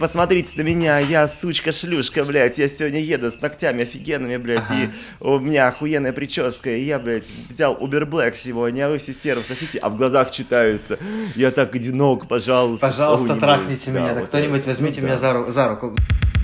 Посмотрите на меня, я сучка-шлюшка, блядь, я сегодня еду с ногтями офигенными, блядь, и у меня охуенная прическа, и я, блядь, взял Uber Black сегодня, а вы все стервы сосите, а в глазах читается, я так одинок, пожалуйста. Пожалуйста, трахните меня, да, кто-нибудь возьмите меня за руку.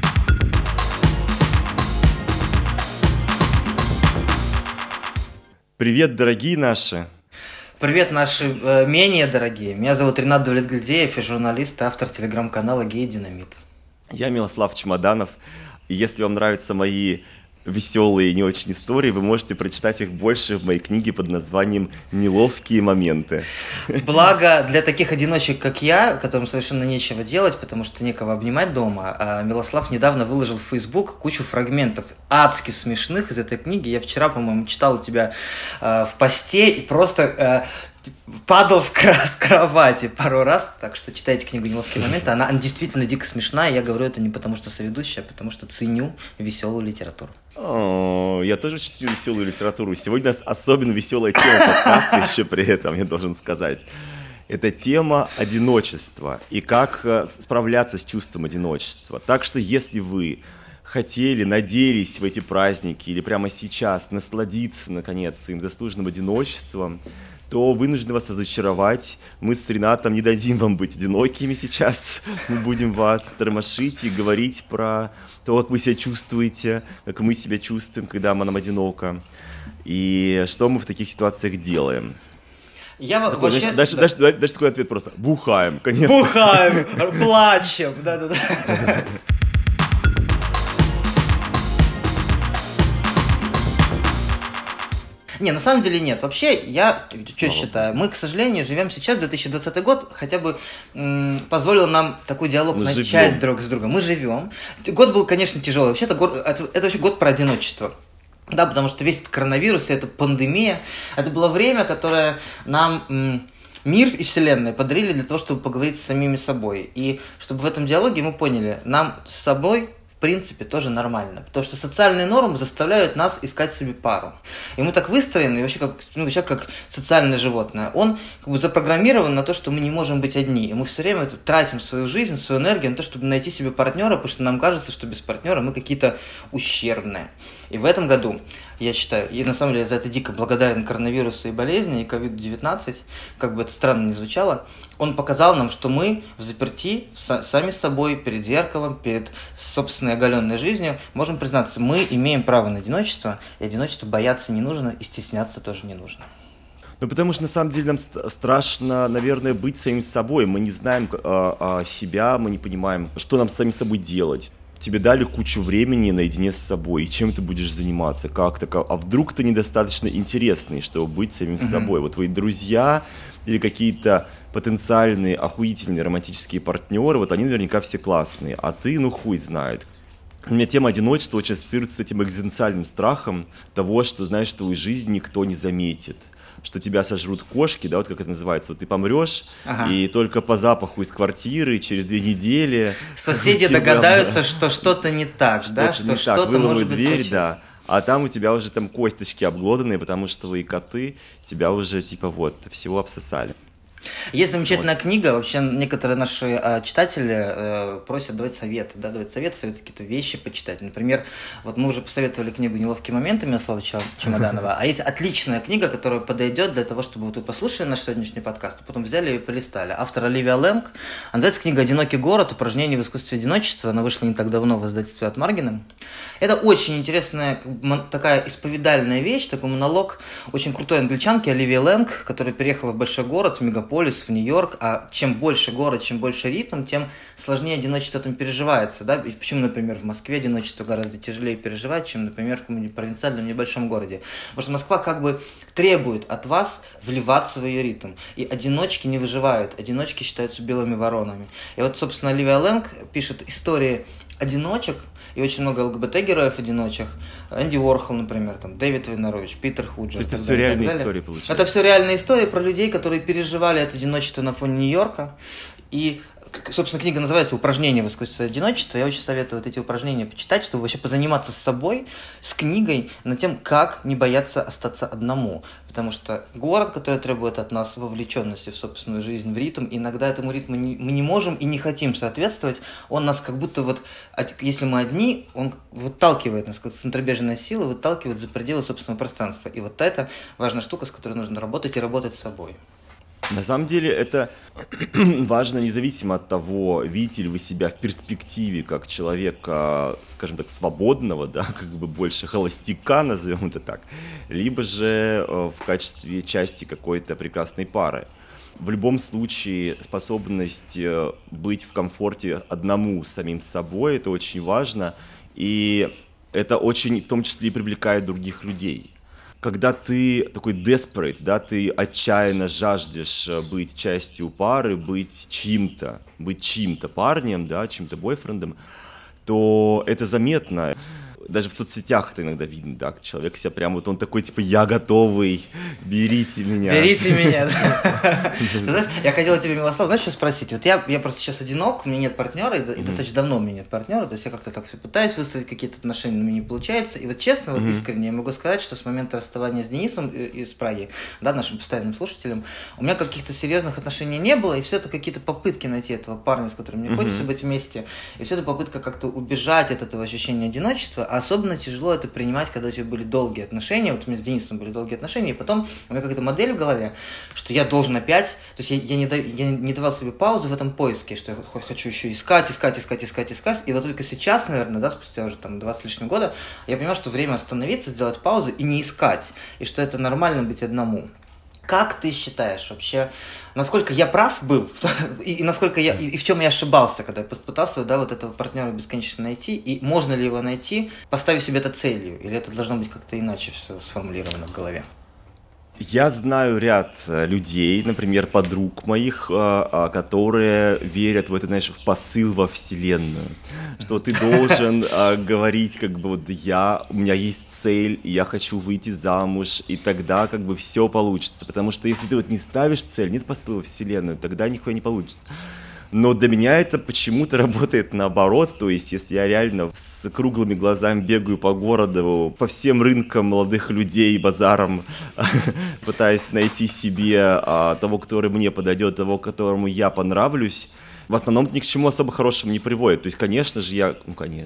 Привет, дорогие наши. Привет, наши менее дорогие. Меня зовут Ренат Давлетгильдеев, я журналист и автор телеграм-канала «Гей Динамит». Я Милослав Чемоданов, и если вам нравятся мои веселые и не очень истории, вы можете прочитать их больше в моей книге под названием «Неловкие моменты». Благо для таких одиночек, как я, которым совершенно нечего делать, потому что некого обнимать дома, Милослав недавно выложил в Facebook кучу фрагментов адски смешных из этой книги. Я вчера, по-моему, читал у тебя в посте и просто... падал с кровати пару раз, так что читайте книгу «Неловкие моменты». Она действительно дико смешная. Я говорю это не потому, что соведущая, а потому что ценю веселую литературу. Я тоже очень ценю веселую литературу. Сегодня у нас особенно веселая тема подкаста еще при этом, я должен сказать. Это тема одиночества и как справляться с чувством одиночества. Так что если вы хотели, надеялись в эти праздники или прямо сейчас насладиться, наконец, своим заслуженным одиночеством, то вынуждены вас разочаровать. Мы с Ренатом не дадим вам быть одинокими сейчас. Мы будем вас тормошить и говорить про то, как вы себя чувствуете, как мы себя чувствуем, когда нам одиноко, и что мы в таких ситуациях делаем. Дальше такой ответ просто. Бухаем, конечно. Бухаем, плачем. Да-да-да. Не, на самом деле нет. Вообще, я что считаю? Мы, к сожалению, живем сейчас, 2020 год, хотя бы позволил нам такой диалог начать друг с другом. Мы живем. Год был, конечно, тяжелый. Вообще, это вообще год про одиночество. Да, потому что весь этот коронавирус и эта пандемия, это было время, которое нам мир и вселенная подарили для того, чтобы поговорить с самими собой. И чтобы в этом диалоге мы поняли, нам с собой в принципе тоже нормально, потому что социальные нормы заставляют нас искать себе пару. И мы так выстроены, и вообще человек как социальное животное, он как бы запрограммирован на то, что мы не можем быть одни, и мы все время тратим свою жизнь, свою энергию на то, чтобы найти себе партнера, потому что нам кажется, что без партнера мы какие-то ущербные. И в этом году, я считаю, и на самом деле за это дико благодарен коронавирусу и болезни, и COVID-19, как бы это странно ни звучало, он показал нам, что мы в заперти сами с собой, перед зеркалом, перед собственной оголенной жизнью, можем признаться, мы имеем право на одиночество, и одиночество бояться не нужно, и стесняться тоже не нужно. Ну, потому что, на самом деле, нам страшно, наверное, быть самим собой. Мы не знаем себя, мы не понимаем, что нам с самим собой делать. Тебе дали кучу времени наедине с собой, и чем ты будешь заниматься, а вдруг ты недостаточно интересный, чтобы быть самим собой. Вот твои друзья или какие-то потенциальные охуительные романтические партнеры, вот они наверняка все классные, а ты, хуй знает. У меня тема одиночества очень ассоциируется с этим экзистенциальным страхом того, что, знаешь, твою жизнь никто не заметит, что тебя сожрут кошки, да, вот как это называется, вот ты помрешь, и только по запаху из квартиры через 2 недели... Соседи догадаются, что что-то не так, да, что что-то может быть дверь, да, а там у тебя уже там косточки обглоданные, потому что твои коты тебя уже, всего обсосали. Есть замечательная книга, вообще некоторые наши читатели просят давать советы, какие-то вещи почитать. Например, вот мы уже посоветовали книгу «Неловкие моменты» Милослава Чемоданова, а есть отличная книга, которая подойдет для того, чтобы вы послушали наш сегодняшний подкаст, а потом взяли и полистали. Автор Оливия Лэнг, называется книга «Одинокий город. Упражнения в искусстве одиночества». Она вышла не так давно в издательстве от Маргина. Это очень интересная такая исповедальная вещь, такой монолог очень крутой англичанки Оливии Лэнг, которая переехала в большой город, в мегаполис, в Нью-Йорк, а чем больше город, чем больше ритм, тем сложнее одиночество там переживается, да, и почему, например, в Москве одиночество гораздо тяжелее переживать, чем, например, в каком-нибудь провинциальном небольшом городе, потому что Москва как бы требует от вас вливаться в ее ритм, и одиночки не выживают, одиночки считаются белыми воронами, и вот, собственно, Оливия Лэнг пишет истории одиночек, и очень много ЛГБТ-героев-одиночек. Энди Уорхол, например, там, Дэвид Войнарович, Питер Худжа. То есть это все реальные истории, получается? Это все реальные истории про людей, которые переживали это одиночество на фоне Нью-Йорка. И собственно, книга называется «Упражнения в искусстве одиночества». Я очень советую вот эти упражнения почитать, чтобы вообще позаниматься с собой, с книгой, над тем, как не бояться остаться одному. Потому что город, который требует от нас вовлеченности в собственную жизнь, в ритм, иногда этому ритму мы не можем и не хотим соответствовать. Он нас как будто вот, если мы одни, он выталкивает нас, как центробежная сила, выталкивает за пределы собственного пространства. И вот это важная штука, с которой нужно работать и работать с собой. На самом деле это важно независимо от того, видите ли вы себя в перспективе как человека, скажем так, свободного, да, как бы больше холостяка, назовем это так, либо же в качестве части какой-то прекрасной пары. В любом случае способность быть в комфорте одному с самим собой, это очень важно, и это очень в том числе и привлекает других людей. Когда ты такой desperate, да, ты отчаянно жаждешь быть частью пары, быть чьим-то парнем, да, чьим-то бойфрендом, то это заметно. Даже в соцсетях это иногда видно, да, человек себя прям вот он такой, типа, я готовый, берите меня. Берите меня. Ты знаешь, я хотела тебе, Милослав, знаешь, что спросить? Вот я просто сейчас одинок, у меня нет партнера, и достаточно давно у меня нет партнера, то есть я как-то так все пытаюсь выстроить какие-то отношения, но у меня не получается. И вот честно, вот искренне я могу сказать, что с момента расставания с Денисом из Праги, да, нашим постоянным слушателем, у меня каких-то серьезных отношений не было, и все это какие-то попытки найти этого парня, с которым мне хочется быть вместе, и все это попытка как-то убежать от этого ощущения одиночества. Особенно тяжело это принимать, когда у тебя были долгие отношения. Вот у меня с Денисом были долгие отношения, и потом у меня какая-то модель в голове, что я должен опять... То есть я не давал себе паузы в этом поиске, что я хочу еще искать. И вот только сейчас, наверное, да, спустя уже там 20 с лишним года, я понимаю, что время остановиться, сделать паузу и не искать. И что это нормально быть одному. Как ты считаешь вообще, насколько я прав был, и насколько и в чем я ошибался, когда я пытался, да, вот этого партнера бесконечно найти, и можно ли его найти, поставив себе это целью, или это должно быть как-то иначе все сформулировано в голове? Я знаю ряд людей, например, подруг моих, которые верят в это, знаешь, в посыл во Вселенную, что ты должен говорить, как бы, вот у меня есть цель, я хочу выйти замуж, и тогда, как бы, все получится, потому что если ты вот не ставишь цель, нет посыла во Вселенную, тогда нихуя не получится. Но для меня это почему-то работает наоборот, то есть если я реально с круглыми глазами бегаю по городу, по всем рынкам молодых людей, базарам, пытаясь найти себе того, который мне подойдет, того, которому я понравлюсь, в основном это ни к чему особо хорошему не приводит. То есть, конечно же, я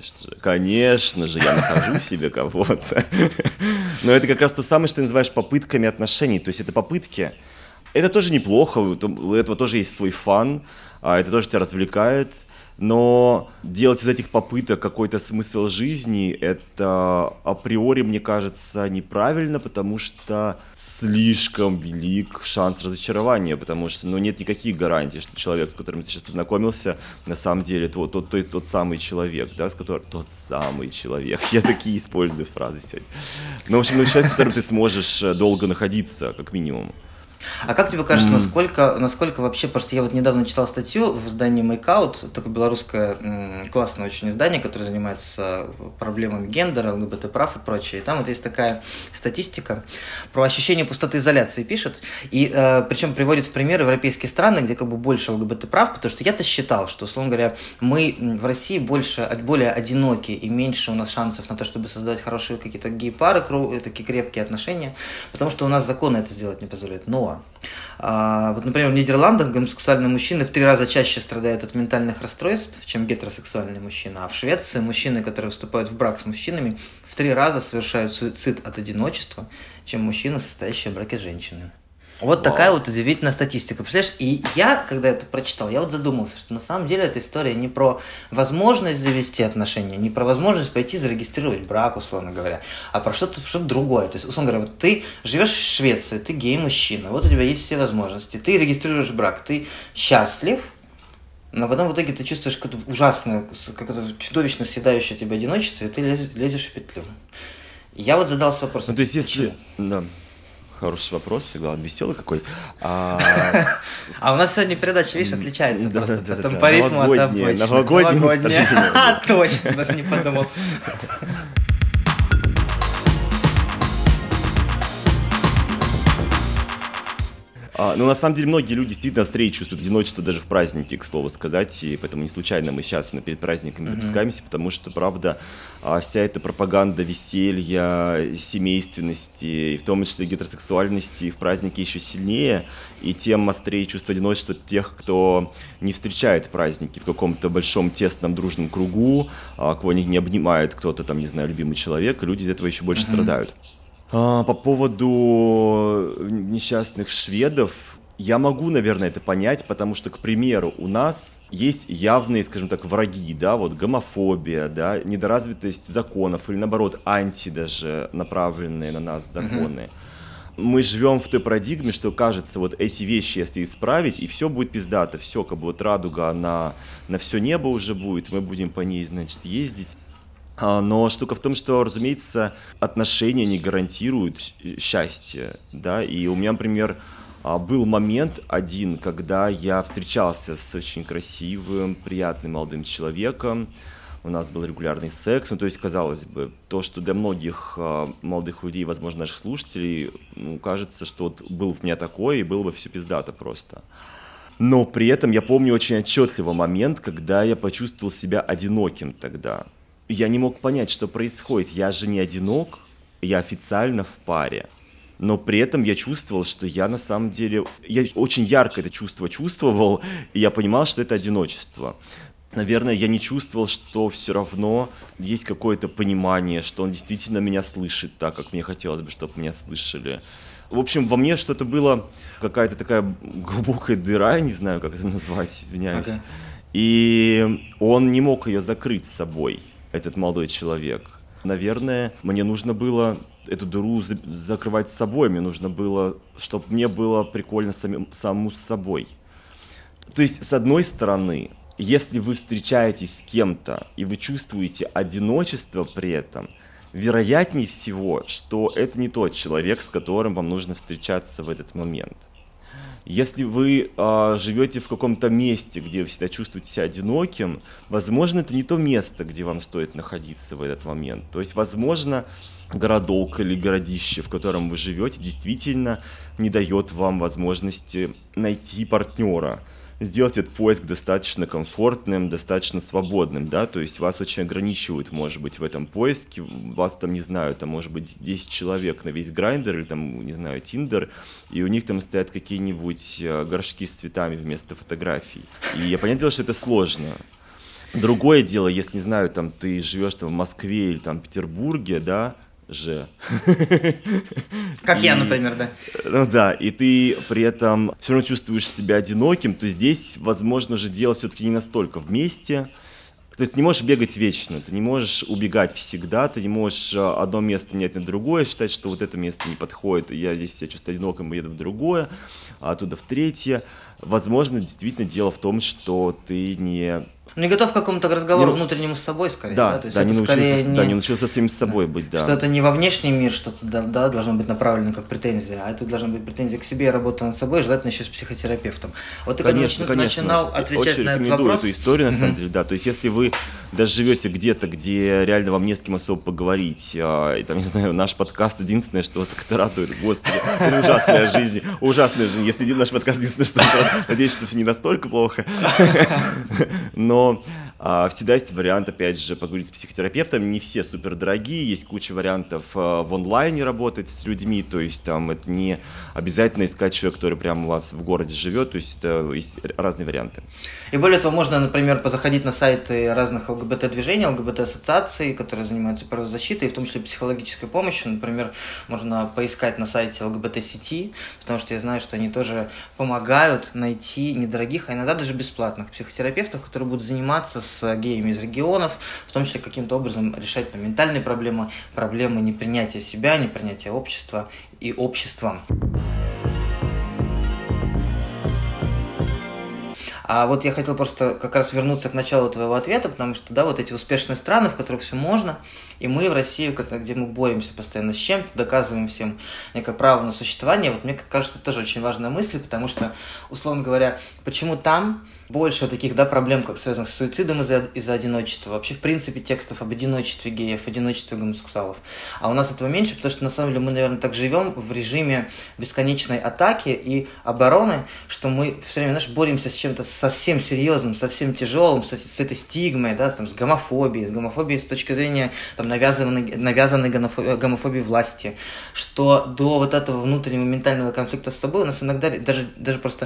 нахожу себе кого-то. Но это как раз то самое, что ты называешь попытками отношений. То есть это попытки. Это тоже неплохо, у этого тоже есть свой фан, это тоже тебя развлекает, но делать из этих попыток какой-то смысл жизни, это априори, мне кажется, неправильно, потому что слишком велик шанс разочарования, потому что нет никаких гарантий, что человек, с которым ты сейчас познакомился, на самом деле тот самый человек, да, тот самый человек, я такие использую фразы сегодня. В общем, человек, с которым ты сможешь долго находиться, как минимум. А как тебе кажется, насколько вообще, потому что я вот недавно читал статью в издании Make-Out, такое белорусское классное очень издание, которое занимается проблемами гендера, ЛГБТ-прав и прочее. И там вот есть такая статистика про ощущение пустоты изоляции пишет, и причем приводит в пример европейские страны, где как бы больше ЛГБТ-прав, потому что я-то считал, что, условно говоря, мы в России более одиноки и меньше у нас шансов на то, чтобы создавать хорошие какие-то гей-пары, такие крепкие отношения, потому что у нас законы это сделать не позволяют. Но вот, например, в Нидерландах гомосексуальные мужчины в 3 раза чаще страдают от ментальных расстройств, чем гетеросексуальные мужчины. А в Швеции мужчины, которые вступают в брак с мужчинами, в 3 раза совершают суицид от одиночества, чем мужчины, состоящие в браке с женщинами. Вот такая вот удивительная статистика. Представляешь, и я, когда это прочитал, я вот задумался, что на самом деле эта история не про возможность завести отношения, не про возможность пойти зарегистрировать брак, условно говоря, а про что-то другое. То есть, условно говоря, вот ты живешь в Швеции, ты гей-мужчина, вот у тебя есть все возможности, ты регистрируешь брак, ты счастлив, но потом в итоге ты чувствуешь какое-то ужасное, какое-то чудовищно съедающее тебя одиночество, и ты лезешь в петлю. И я вот задался вопросом, то есть, если... Да. Хороший вопрос, главное, веселый какой. А у нас сегодня передача, видишь, отличается просто. Потом по ритму от обычного. Новогодняя. Точно, даже не подумал. Ну, на самом деле, многие люди действительно острее чувствуют одиночество даже в празднике, к слову сказать, и поэтому не случайно мы сейчас перед праздниками запускаемся, потому что, правда, вся эта пропаганда веселья, семейственности, и в том числе гетеросексуальности, в празднике еще сильнее, и тем острее чувство одиночества тех, кто не встречает праздники в каком-то большом, тесном, дружном кругу, кого не обнимает кто-то там, не знаю, любимый человек, и люди из этого еще больше страдают. По поводу несчастных шведов, я могу, наверное, это понять, потому что, к примеру, у нас есть явные, скажем так, враги, да, вот гомофобия, да, недоразвитость законов или, наоборот, даже направленные на нас законы. Мы живем в той парадигме, что, кажется, вот эти вещи, если исправить, и все будет пиздато, все, как бы вот радуга, она на все небо уже будет, мы будем по ней, значит, ездить. Но штука в том, что, разумеется, отношения не гарантируют счастье, да, и у меня, например, был момент один, когда я встречался с очень красивым, приятным молодым человеком, у нас был регулярный секс, ну, то есть, казалось бы, то, что для многих молодых людей, возможно, наших слушателей, кажется, что вот был у меня такой, и было бы все пиздато просто. Но при этом я помню очень отчетливо момент, когда я почувствовал себя одиноким тогда. Я не мог понять, что происходит. Я же не одинок, я официально в паре. Но при этом я чувствовал, что я на самом деле... Я очень ярко это чувство чувствовал, и я понимал, что это одиночество. Наверное, я не чувствовал, что все равно есть какое-то понимание, что он действительно меня слышит так, как мне хотелось бы, чтобы меня слышали. В общем, во мне что-то было, какая-то такая глубокая дыра, я не знаю, как это назвать, извиняюсь. Okay. И он не мог ее закрыть с собой, этот молодой человек. Наверное, мне нужно было эту дыру закрывать с собой, мне нужно было, чтобы мне было прикольно самому с собой. То есть, с одной стороны, если вы встречаетесь с кем-то, и вы чувствуете одиночество при этом, вероятнее всего, что это не тот человек, с которым вам нужно встречаться в этот момент. Если вы живете в каком-то месте, где вы всегда чувствуете себя одиноким, возможно, это не то место, где вам стоит находиться в этот момент. То есть, возможно, городок или городище, в котором вы живете, действительно не дает вам возможности найти партнера, сделать этот поиск достаточно комфортным, достаточно свободным, да, то есть вас очень ограничивают, может быть, в этом поиске, вас там, не знаю, там может быть 10 человек на весь Grindr или там, не знаю, Tinder, и у них там стоят какие-нибудь горшки с цветами вместо фотографий. И я понятное дело, что это сложно. Другое дело, если, не знаю, там ты живешь там в Москве или там в Петербурге, да, Как я, например, да. Ну да, и ты при этом все равно чувствуешь себя одиноким, то здесь, возможно, же дело все-таки не настолько вместе. То есть ты не можешь бегать вечно, ты не можешь убегать всегда, ты не можешь одно место менять на другое, считать, что вот это место не подходит, я здесь себя чувствую одиноким, еду в другое, а оттуда в третье. Возможно, действительно дело в том, что ты не готов к какому-то разговору внутреннему с собой, скорее. Да, то есть да, не научился с собой быть, да. Что это не во внешний мир, что-то должно быть направлено как претензия, а это должна быть претензия к себе, работа над собой, желательно еще с психотерапевтом. Вот ты конечно, когда начинал отвечать очень на этот рекомендую вопрос... эту историю, на самом деле, да. То есть, если вы даже живете где-то, где реально вам не с кем особо поговорить, и там, не знаю, наш подкаст единственное, что вас как-то радует, господи, ужасная жизнь. Если наш подкаст единственное, что надеюсь, что все не настолько плохо. Но всегда есть вариант, опять же, поговорить с психотерапевтом. Не все супер дорогие, есть куча вариантов в онлайне работать с людьми, то есть там это не обязательно искать человека, который прямо у вас в городе живет, то есть это есть разные варианты. И более того, можно, например, позаходить на сайты разных ЛГБТ-движений, ЛГБТ-ассоциаций, которые занимаются правозащитой, в том числе психологической помощью. Например, можно поискать на сайте ЛГБТ-сети, потому что я знаю, что они тоже помогают найти недорогих, а иногда даже бесплатных психотерапевтов, которые будут заниматься с геями из регионов, в том числе каким-то образом решать ментальные проблемы, проблемы непринятия себя, непринятия общества и обществом. А вот я хотел просто как раз вернуться к началу твоего ответа, потому что, да, вот эти успешные страны, в которых все можно, и мы в России, где мы боремся постоянно с чем-то, доказываем всем некое право на существование, вот мне кажется, это тоже очень важная мысль, потому что, условно говоря, почему там больше таких, да, проблем, как связанных с суицидом из-за одиночества, вообще, в принципе, текстов об одиночестве геев, одиночестве гомосексуалов. А у нас этого меньше, потому что, на самом деле, мы, наверное, так живем в режиме бесконечной атаки и обороны, что мы все время, знаешь, боремся с чем-то совсем серьезным, совсем тяжелым, с этой стигмой, да, там, с гомофобией с точки зрения там, навязанной гомофобии власти, что до вот этого внутреннего ментального конфликта с собой у нас иногда даже просто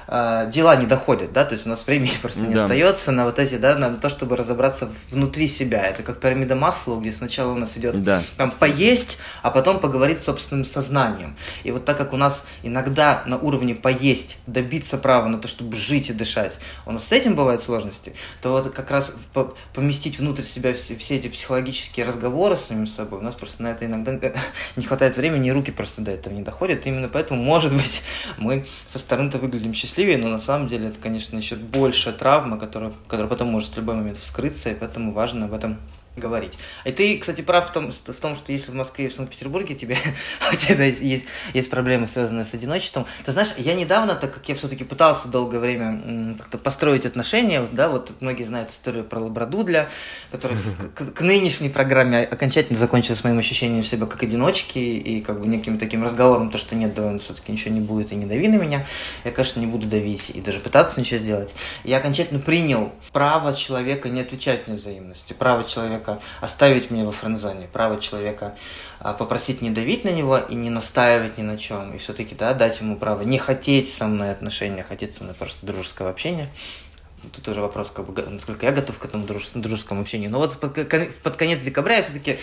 дела не доходят, да, то есть у нас времени просто не остается на вот эти, да, на то, чтобы разобраться внутри себя. Это как пирамида Маслоу, где сначала у нас идет там поесть, а потом поговорить с собственным сознанием. И вот так как у нас иногда на уровне поесть, добиться права на то, чтобы жить и дышать, у нас с этим бывают сложности, то вот как раз поместить внутрь себя все эти психологические разговоры с самим собой, у нас просто на это иногда не хватает времени, и руки просто до этого не доходят. И именно поэтому, может быть, мы со стороны-то выглядим счастливее, но на самом деле это, конечно, еще большая травма, которая потом может в любой момент вскрыться, и поэтому важно об этом говорить. И ты, кстати, прав в том, что если в Москве и в Санкт-Петербурге у тебя есть проблемы, связанные с одиночеством. Ты знаешь, я недавно, так как я все-таки пытался долгое время как-то построить отношения, да, вот многие знают историю про лабрадудля, который к нынешней программе окончательно закончился с моим ощущением себя как одиночки и как бы неким таким разговором, то, что нет, да, он все-таки ничего не будет и не дави на меня. Я, конечно, не буду давить и даже пытаться ничего сделать. Я окончательно принял право человека не отвечать мне взаимностью, право человека оставить меня во френдзоне, право человека попросить не давить на него и не настаивать ни на чем, и все-таки, да, дать ему право не хотеть со мной отношения, хотеть со мной просто дружеского общения. Тут уже вопрос, как бы, насколько я готов к этому дружескому общению. Но вот под конец декабря я все-таки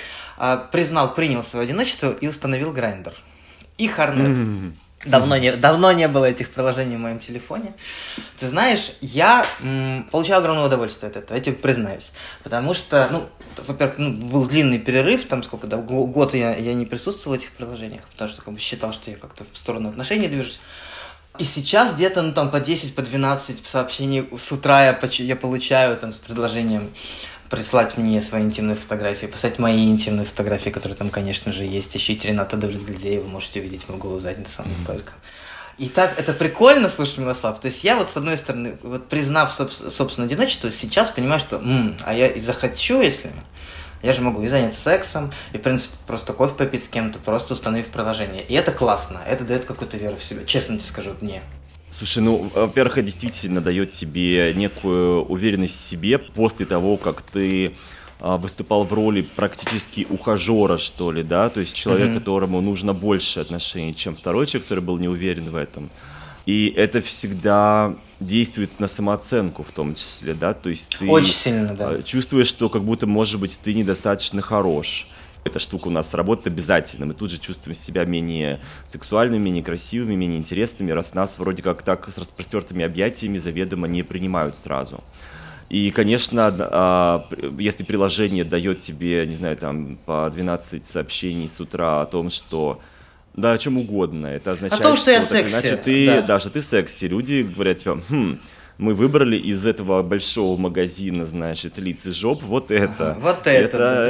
принял свое одиночество и установил Grindr и Hornet. Давно не было этих приложений в моем телефоне. Ты знаешь, я получал огромное удовольствие от этого, я тебе признаюсь. Потому что, во-первых, был длинный перерыв, там сколько, да, год я не присутствовал в этих приложениях, потому что как бы считал, что я как-то в сторону отношений движусь. И сейчас где-то, там, по 10, по 12 сообщений с утра я получаю там с предложением прислать мне свои интимные фотографии, писать мои интимные фотографии, которые там, конечно же, есть. Ищите Рената Давлетгильдеева, вы можете увидеть мою голую задницу, только. И так, это прикольно, слушай, Мирослав. То есть я вот, с одной стороны, вот признав собственное одиночество, сейчас понимаю, что, а я и захочу, если... Я же могу и заняться сексом, и, в принципе, просто кофе попить с кем-то, просто установив приложение. И это классно, это дает какую-то веру в себя. Честно тебе скажу, мне. Слушай, во-первых, это действительно дает тебе некую уверенность в себе после того, как ты выступал в роли практически ухажера, что ли, да, то есть человек, которому нужно больше отношений, чем второй человек, который был не уверен в этом. И это всегда действует на самооценку в том числе, да, то есть ты очень сильно, да. Чувствуешь, что как будто, может быть, ты недостаточно хорош. Эта штука у нас работает обязательно. Мы тут же чувствуем себя менее сексуальными, менее красивыми, менее интересными, раз нас вроде как так с распростертыми объятиями заведомо не принимают сразу. И, конечно, если приложение дает тебе, не знаю, там по 12 сообщений с утра о том, что да, о чем угодно, это означает, о том, что я секси. Иначе что ты секси. Люди говорят тебе, мы выбрали из этого большого магазина, значит, лиц и жоп вот это. Вот это.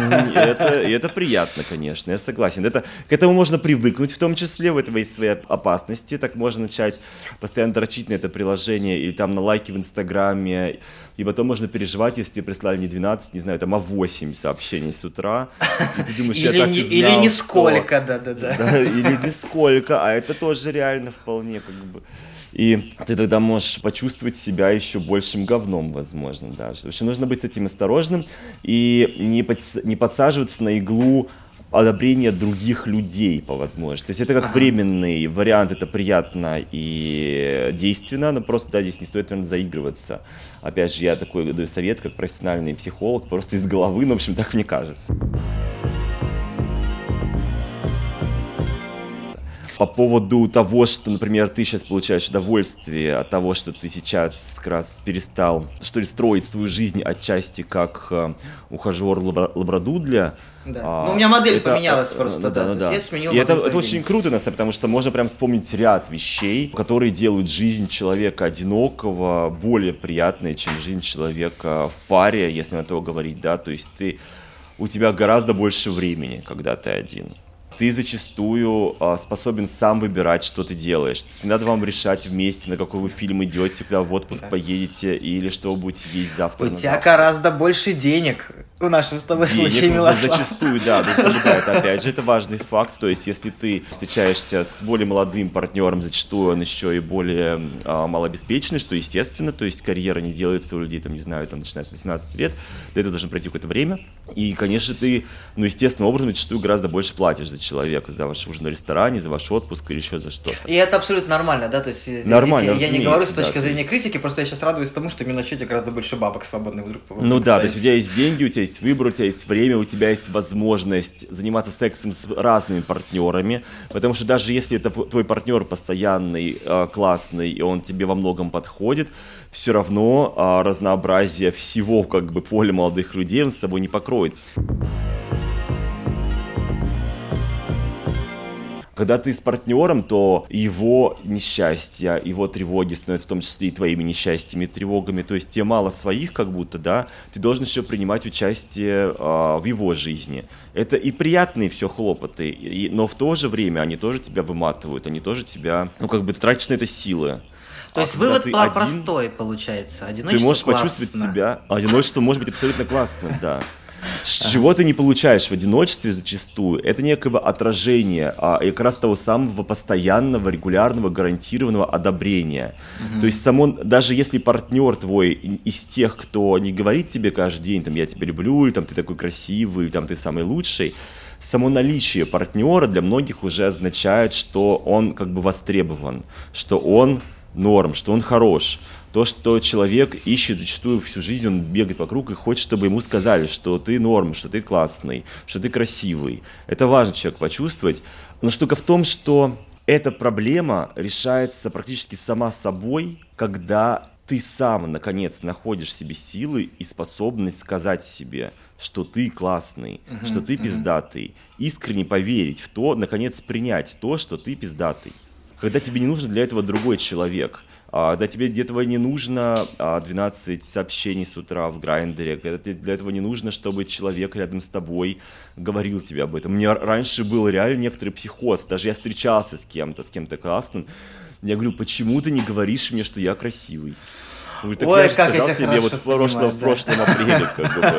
Это приятно, конечно, я согласен. К этому можно привыкнуть, в том числе, в этом есть свои опасности. Так можно начать постоянно дрочить на это приложение или там на лайки в Инстаграме. И потом можно переживать, если тебе прислали не 12, не знаю, там, а 8 сообщений с утра. И ты думаешь, я так и знал, или нисколько, да. Или нисколько, а это тоже реально вполне как бы... И ты тогда можешь почувствовать себя еще большим говном, возможно, даже. В общем, нужно быть с этим осторожным и не подсаживаться на иглу одобрения других людей по возможности. То есть это как временный вариант, это приятно и действенно, но просто, да, здесь не стоит, наверное, заигрываться. Опять же, я такой даю совет, как профессиональный психолог, просто из головы, в общем, так мне кажется. По поводу того, что, например, ты сейчас получаешь удовольствие от того, что ты сейчас как раз перестал, что ли, строить свою жизнь отчасти как ухажер лабрадудля. Да. Ну, у меня модель поменялась просто, да. Да. Я сменил и модель это очень круто, на самом деле, потому что можно прям вспомнить ряд вещей, которые делают жизнь человека одинокого более приятной, чем жизнь человека в паре, если на то говорить, да. То есть у тебя гораздо больше времени, когда ты один. Ты зачастую способен сам выбирать, что ты делаешь. Не надо вам решать вместе, на какой вы фильм идете, куда в отпуск поедете, или что вы будете есть завтра. У тебя гораздо больше денег в нашем с тобой случае, Милослав. Зачастую, да. Это, опять же, это важный факт. То есть, если ты встречаешься с более молодым партнером, зачастую он еще и более малообеспеченный, что естественно. То есть, карьера не делается у людей, там, не знаю, там, начиная с 18 лет. Для этого должно пройти какое-то время. И, конечно, ты, естественным образом, зачастую гораздо больше платишь за человека, за ваш ужин в ресторане, за ваш отпуск или еще за что-то. И это абсолютно нормально, да? То есть нормально, я не говорю с точки зрения критики, просто я сейчас радуюсь тому, что у меня на счете гораздо больше бабок свободных вдруг. То есть у тебя есть деньги, у тебя есть выбор, у тебя есть время, у тебя есть возможность заниматься сексом с разными партнерами, потому что даже если это твой партнер постоянный, классный, и он тебе во многом подходит, все равно разнообразие всего как бы поля молодых людей он с собой не покроет. Когда ты с партнером, то его несчастья, его тревоги становятся в том числе и твоими несчастьями и тревогами. То есть тебе мало своих, как будто, да, ты должен еще принимать участие в его жизни. Это и приятные все хлопоты, но в то же время они тоже тебя выматывают, они тоже тебя, ты тратишь на это силы. То есть вывод простой получается. Одиночество ты можешь классно. Почувствовать себя. Одиночество может быть абсолютно классным, да. Чего ты не получаешь в одиночестве зачастую, это некое отражение и как раз того самого постоянного, регулярного, гарантированного одобрения. То есть даже если партнер твой из тех, кто не говорит тебе каждый день, там, я тебя люблю, или там, ты такой красивый, или там, ты самый лучший, само наличие партнера для многих уже означает, что он как бы востребован, что он норм, что он хорош. То, что человек ищет зачастую всю жизнь, он бегает вокруг и хочет, чтобы ему сказали, что ты норм, что ты классный, что ты красивый. Это важно человек почувствовать. Но штука в том, что эта проблема решается практически сама собой, когда ты сам, наконец, находишь в себе силы и способность сказать себе, что ты классный, что ты пиздатый. Искренне поверить в то, наконец, принять то, что ты пиздатый. Когда тебе не нужен для этого другой человек. Когда тебе для этого не нужно 12 сообщений с утра в Грайндере, когда для этого не нужно, чтобы человек рядом с тобой говорил тебе об этом. Мне раньше был реально некоторый психоз, даже я встречался с кем-то классным, я говорю, почему ты не говоришь мне, что я красивый? Так ой, я же сказал тебе вот в прошлом апреле,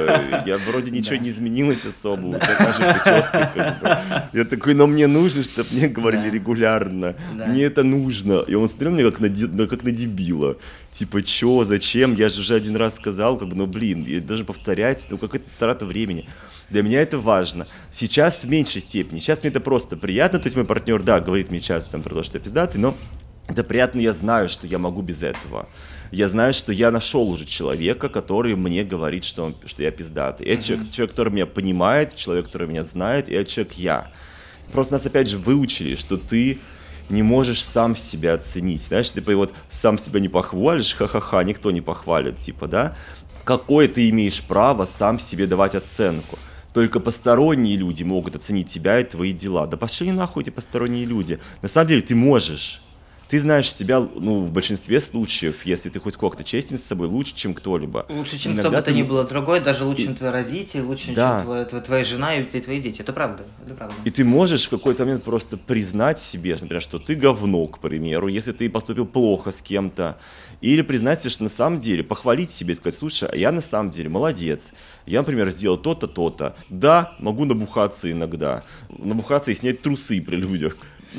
я вроде ничего не изменилось особо, у тебя та же прическа, Я такой, но мне нужно, чтобы мне говорили регулярно, мне это нужно. И он смотрел мне как на дебила, типа, чё, зачем, я же уже один раз сказал, я должен повторять, какая-то трата времени. Для меня это важно. Сейчас в меньшей степени, сейчас мне это просто приятно, то есть мой партнер, да, говорит мне часто про то, что я пиздатый, но это приятно, я знаю, что я могу без этого. Я знаю, что я нашел уже человека, который мне говорит, что я пиздатый. Это человек, который меня понимает, человек, который меня знает, и это человек я. Просто нас опять же выучили, что ты не можешь сам себя оценить. Знаешь, ты сам себя не похвалишь, ха-ха-ха, никто не похвалит, да? Какое ты имеешь право сам себе давать оценку? Только посторонние люди могут оценить тебя и твои дела. Да пошли нахуй эти посторонние люди. На самом деле ты можешь. Ты знаешь себя, в большинстве случаев, если ты хоть сколько-то честен с собой, лучше, чем кто-либо. Лучше, чем кто бы то ни было другой, даже лучше, чем твои родители, лучше, чем твоя жена и твои дети. Это правда, это правда. И ты можешь в какой-то момент просто признать себе, например, что ты говно, к примеру, если ты поступил плохо с кем-то. Или признать себе, что на самом деле, похвалить себе и сказать, слушай, а я на самом деле молодец. Я, например, сделал то-то, то-то. Да, могу набухаться иногда. Набухаться и снять трусы при людях.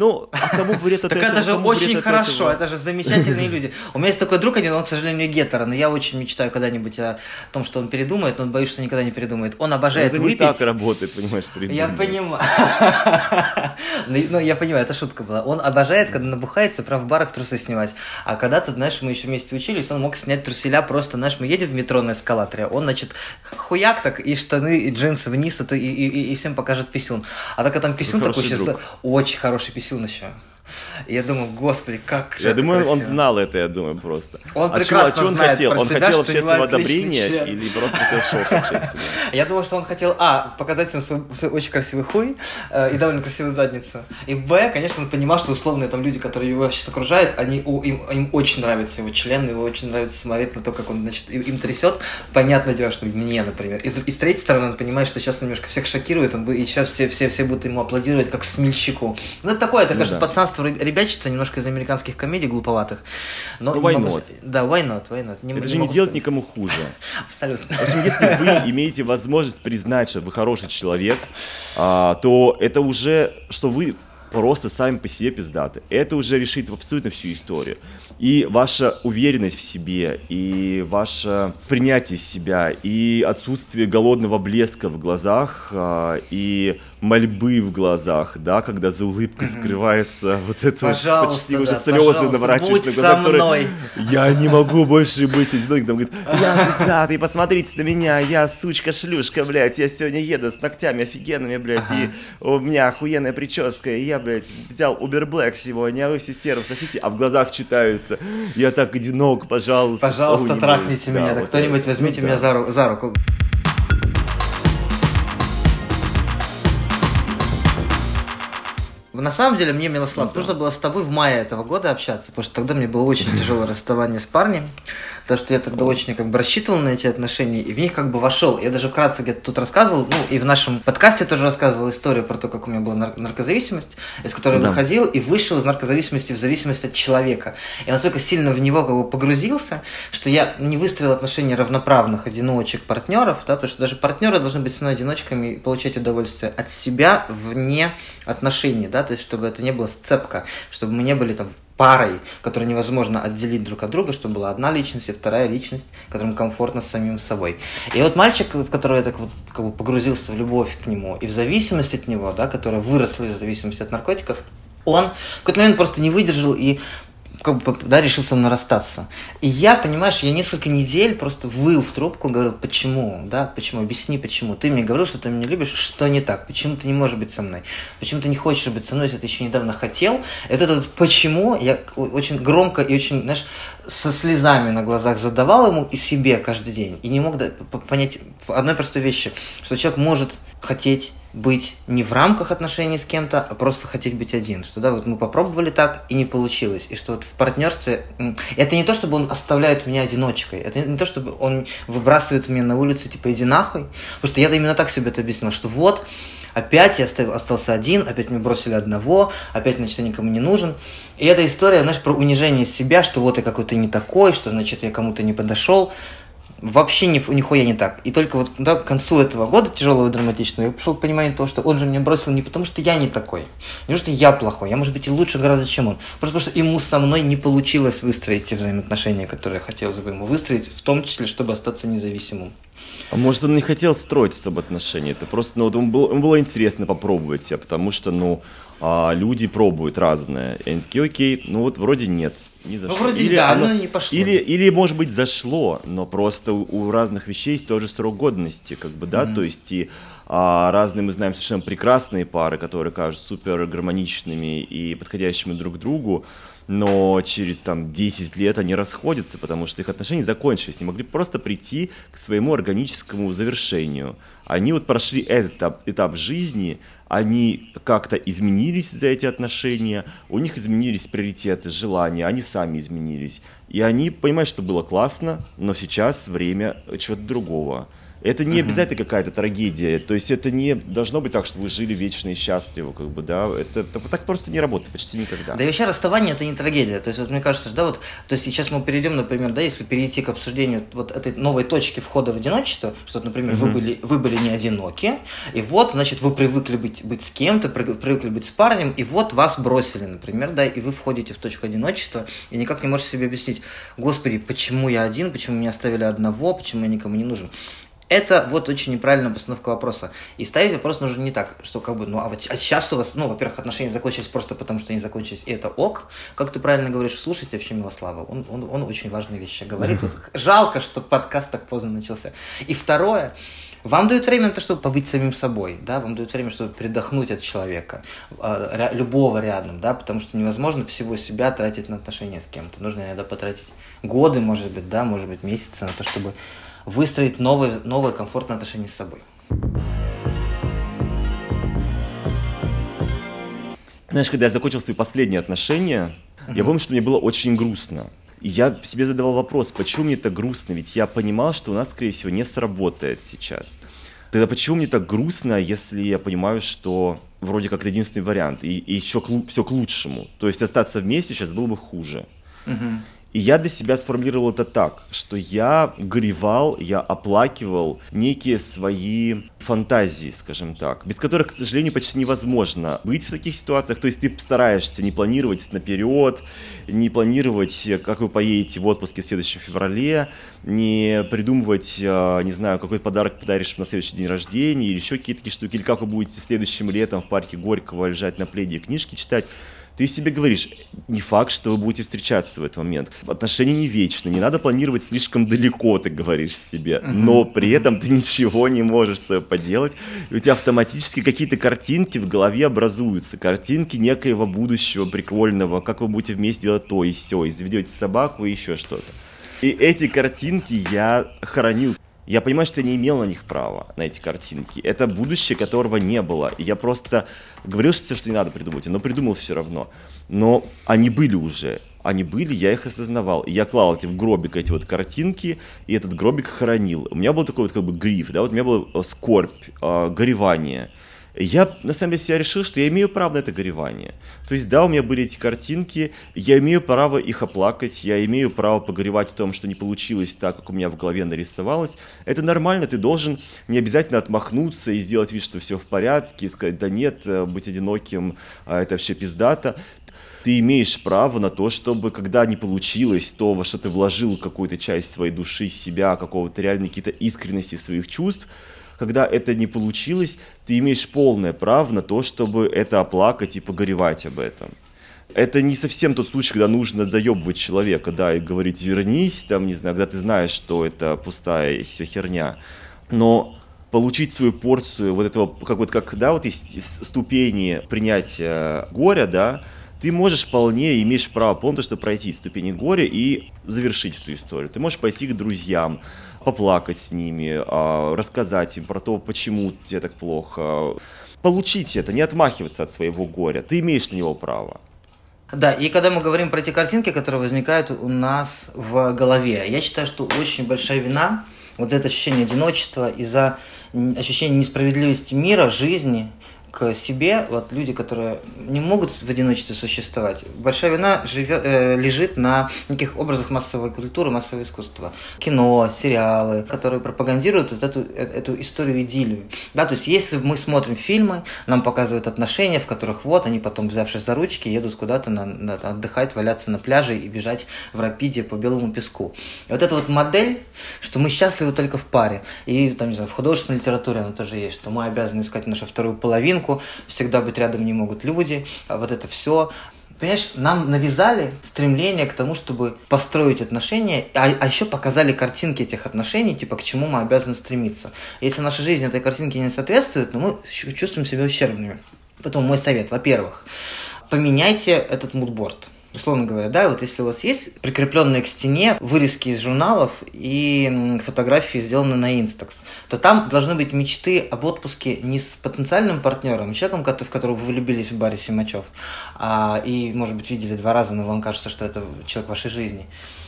Кому вред от этого? Так это же очень хорошо, это же замечательные люди. У меня есть такой друг один, он, к сожалению, гетеро, но я очень мечтаю когда-нибудь о том, что он передумает, но боюсь, что никогда не передумает. Он обожает выпить. Это не так работает, понимаешь, придумать. Я понимаю. Я понимаю, это шутка была. Он обожает, когда набухается, прям в барах трусы снимать. А когда-то, знаешь, мы еще вместе учились, он мог снять труселя просто, знаешь, мы едем в метро на эскалаторе, он, хуяк так, и штаны, и джинсы вниз, и всем покажет писюн. А так там писюн такой сейчас, очень хороший писюн. писюн еще. И я думаю, господи, как же Я думаю, красиво. он знал это, я думаю, просто. Он прекрасно что он знает хотел? про Он себя, хотел что общественного у него отличный одобрения член. или просто хотел шока общественного? Я думал, что он хотел, показать всем свой очень красивый хуй и довольно красивую задницу. И конечно, он понимал, что условные там люди, которые его сейчас окружают, им очень нравится его член, его очень нравится смотреть на то, как он, значит, им трясет. Понятное дело, что мне, например. И с третьей стороны, он понимает, что сейчас он немножко всех шокирует, и сейчас все будут ему аплодировать, как смельчаку. Ну, это такое, это, кажется, пацанство, ребячество, немножко из американских комедий глуповатых. Но why not? Да, why not? Это же не делать никому хуже. Абсолютно. В общем, если вы имеете возможность признать, что вы хороший человек, то это уже, что вы просто сами по себе пиздаты. Это уже решит абсолютно всю историю. И ваша уверенность в себе, и ваше принятие себя, и отсутствие голодного блеска в глазах, и мольбы в глазах, да, когда за улыбкой скрывается вот это почти уже слезы наворачиваются на глаза, которые я не могу больше быть одиноким, там говорит, я пиздатый, посмотрите на меня, я сучка-шлюшка, блядь, я сегодня еду с ногтями офигенными, блядь, и у меня охуенная прическа, и я, блядь, взял Uber Black сегодня, а вы все стервы сосите, а в глазах читается, я так одинок, пожалуйста. Пожалуйста, трахните меня, да, кто-нибудь возьмите меня за руку. На самом деле, мне, Милослав, нужно было с тобой в мае этого года общаться, потому что тогда мне было очень тяжелое расставание с парнем, потому что я тогда очень как бы рассчитывал на эти отношения, и в них как бы вошел. Я даже вкратце где-то тут рассказывал, и в нашем подкасте тоже рассказывал историю про то, как у меня была наркозависимость, из которой я выходил и вышел из наркозависимости в зависимость от человека. Я настолько сильно в него как бы погрузился, что я не выстроил отношения равноправных одиночек, партнеров, да, потому что даже партнеры должны быть со мной одиночками и получать удовольствие от себя вне отношений, да, то есть чтобы это не была сцепка, чтобы мы не были там парой, которую невозможно отделить друг от друга, чтобы была одна личность и вторая личность, которым комфортно с самим собой. И вот мальчик, в которого я так вот как бы погрузился в любовь к нему и в зависимость от него, да, которая выросла из зависимости от наркотиков, он в какой-то момент просто не выдержал и как бы, да, решил со мной расстаться. И я, понимаешь, я несколько недель просто выл в трубку, говорил, почему, да, почему, объясни, почему. Ты мне говорил, что ты меня любишь, что не так, почему ты не можешь быть со мной, почему ты не хочешь быть со мной, если ты еще недавно хотел. Это вот почему я очень громко и очень, знаешь, со слезами на глазах задавал ему и себе каждый день. И не мог понять одной простой вещи, что человек может хотеть быть не в рамках отношений с кем-то, а просто хотеть быть один. Что да, вот мы попробовали так, и не получилось. И что вот в партнерстве... Это не то, чтобы он оставляет меня одиночкой. Это не то, чтобы он выбрасывает меня на улицу, типа, иди нахуй. Потому что я именно так себе это объяснил, что вот, опять я остался один, опять меня бросили одного, опять, значит, я никому не нужен. И эта история, знаешь, про унижение себя, что вот я какой-то не такой, что, значит, я кому-то не подошел. Вообще нихуя не так. И только вот да, к концу этого года, тяжелого и драматичного, я пришел к пониманию того, что он же меня бросил не потому, что я не такой, не потому, что я плохой, я, может быть, и лучше гораздо, чем он. Просто потому, что ему со мной не получилось выстроить те взаимоотношения, которые хотелось бы ему выстроить, в том числе, чтобы остаться независимым. А может, он не хотел строить с тобой отношения, это просто, ну, вот ему было интересно попробовать себя, потому что, ну, люди пробуют разное, и они такие, окей, ну вот вроде нет. Не зашло. Ну, вроде или да, оно не пошло. Или, может быть, зашло, но просто у разных вещей есть тоже срок годности, как бы, да, то есть и разные мы знаем совершенно прекрасные пары, которые кажутся супер гармоничными и подходящими друг к другу, но через там 10 лет они расходятся, потому что их отношения закончились, не могли просто прийти к своему органическому завершению. Они вот прошли этот этап жизни, они как-то изменились за эти отношения, у них изменились приоритеты, желания, они сами изменились. И они понимают, что было классно, но сейчас время чего-то другого. Это не обязательно какая-то трагедия, то есть это не должно быть так, что вы жили вечно и счастливо, как бы, да, это так просто не работает почти никогда. Да и вообще расставание это не трагедия, то есть вот мне кажется, да, вот, то есть сейчас мы перейдем, например, да, если перейти к обсуждению вот этой новой точки входа в одиночество, что, например, вы были не одиноки, и вот, значит, вы привыкли быть с кем-то, привыкли быть с парнем, и вот вас бросили, например, да, и вы входите в точку одиночества, и никак не можете себе объяснить, господи, почему я один, почему меня оставили одного, почему я никому не нужен. Это вот очень неправильная постановка вопроса. И ставить вопрос нужно не так, что как бы, а сейчас у вас, во-первых, отношения закончились просто потому, что они закончились, и это ок. Как ты правильно говоришь, слушайте вообще Милослава, он очень важные вещи говорит. Вот, жалко, что подкаст так поздно начался. И второе, Вам дают время на то, чтобы побыть самим собой, да, вам дают время, чтобы передохнуть от человека, любого рядом, да, потому что невозможно всего себя тратить на отношения с кем-то. Нужно иногда потратить годы, может быть, да, может быть, месяцы на то, чтобы выстроить новое комфортное отношение с собой. Знаешь, когда я закончил свои последние отношения, я помню, что мне было очень грустно. И я себе задавал вопрос, почему мне так грустно, ведь я понимал, что у нас, скорее всего, не сработает сейчас. Тогда почему мне так грустно, если я понимаю, что вроде как это единственный вариант, и еще все к лучшему. То есть остаться вместе сейчас было бы хуже. И я для себя сформулировал это так, что я горевал, я оплакивал некие свои фантазии, скажем так, без которых, к сожалению, почти невозможно быть в таких ситуациях. То есть ты стараешься не планировать наперед, не планировать, как вы поедете в отпуске в следующем феврале, не придумывать, не знаю, какой подарок подаришь на следующий день рождения, или еще какие-то такие штуки, или как вы будете следующим летом в парке Горького лежать на пледе и книжки читать. Ты себе говоришь, не факт, что вы будете встречаться в этот момент. Отношения не вечны, не надо планировать слишком далеко, ты говоришь себе. Но при этом ты ничего не можешь с собой поделать. И у тебя автоматически какие-то картинки в голове образуются. Картинки некоего будущего прикольного, как вы будете вместе делать то и сё, и заведете собаку и еще что-то. И эти картинки я хоронил. Я понимаю, что я не имел на них права, на эти картинки. Это будущее, которого не было. И я просто говорил, что не надо придумывать, но придумал все равно. Но они были уже. Они были, я их осознавал. И я клал эти в гробик, эти вот картинки, и этот гробик хоронил. У меня был такой вот как бы гриф, да, вот у меня была скорбь, горевание. Я, на самом деле, себя решил, что я имею право на это горевание. То есть, да, у меня были эти картинки, я имею право их оплакать, я имею право погоревать о том, что не получилось так, как у меня в голове нарисовалось. Это нормально, ты должен не обязательно отмахнуться и сделать вид, что все в порядке, и сказать, да нет, быть одиноким, это вообще пиздато. Ты имеешь право на то, чтобы, когда не получилось то, во что ты вложил какую-то часть своей души, себя, какого-то реальной какие-то искренности своих чувств, когда это не получилось, ты имеешь полное право на то, чтобы это оплакать и погоревать об этом. Это не совсем тот случай, когда нужно заебывать человека, да, и говорить «вернись», там, не знаю, когда ты знаешь, что это пустая все херня. Но получить свою порцию вот этого, да, вот есть ступени принятия горя, да, ты можешь вполне, имеешь право полностью пройти ступени горя и завершить эту историю. Ты можешь пойти к друзьям, поплакать с ними, рассказать им про то, почему тебе так плохо. Получить это, не отмахиваться от своего горя. Ты имеешь на него право. Да, и когда мы говорим про эти картинки, которые возникают у нас в голове, я считаю, что очень большая вина вот за это ощущение одиночества и за ощущение несправедливости мира, жизни, к себе, вот люди, которые не могут в одиночестве существовать. Большая вина лежит на неких образах массовой культуры, массового искусства. Кино, сериалы, которые пропагандируют вот эту историю идиллию. Да, то есть если мы смотрим фильмы, нам показывают отношения, в которых вот они потом, взявшись за ручки, едут куда-то отдыхать, валяться на пляже и бежать в рапиде по белому песку. И вот эта вот модель, что мы счастливы только в паре, и там, не знаю, в художественной литературе она тоже есть, что мы обязаны искать нашу вторую половинку, всегда быть рядом не могут люди, вот это все. Понимаешь, нам навязали стремление к тому, чтобы построить отношения, а еще показали картинки этих отношений, типа к чему мы обязаны стремиться. Если наша жизнь этой картинке не соответствует, то мы чувствуем себя ущербными. Поэтому мой совет, во-первых, поменяйте этот мудборд. Условно говоря, да, вот если у вас есть прикрепленные к стене вырезки из журналов и фотографии, сделанные на Instax, то там должны быть мечты об отпуске не с потенциальным партнером, человеком, в которого вы влюбились в баре Симачев, и, может быть, видели 2 раза, но вам кажется, что это человек вашей жизни.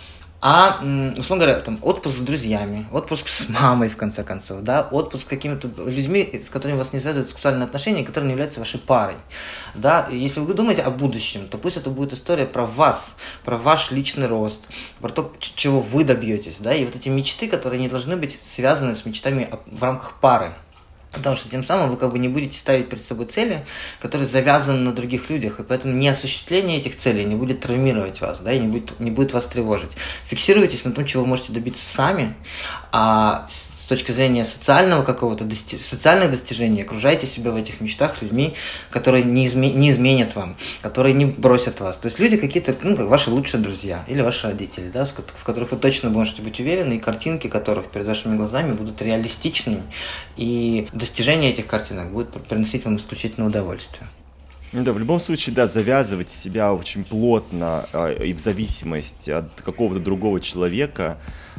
Условно говоря, там, отпуск с друзьями, отпуск с мамой, в конце концов, да, отпуск с какими-то людьми, с которыми вас не связывают сексуальные отношения, которые не являются вашей парой, да, если вы думаете о будущем, то пусть это будет история про вас, про ваш личный рост, про то, чего вы добьетесь, да, и вот эти мечты, которые не должны быть связаны с мечтами в рамках пары. Потому что тем самым вы как бы не будете ставить перед собой цели, которые завязаны на других людях, и поэтому неосуществление этих целей не будет травмировать вас, да, и не будет вас тревожить. Фиксируйтесь на том, чего вы можете добиться сами, а с точки зрения социального какого-то, социальных достижений, окружайте себя в этих мечтах людьми, которые не изменят вам, которые не бросят вас. То есть люди какие-то, как ваши лучшие друзья или ваши родители, да, в которых вы точно можете быть уверены, и картинки которых перед вашими глазами будут реалистичными, и достижение этих картинок будет приносить вам исключительно удовольствие. Да, в любом случае, да, завязывать себя очень плотно и в зависимости от какого-то другого человека,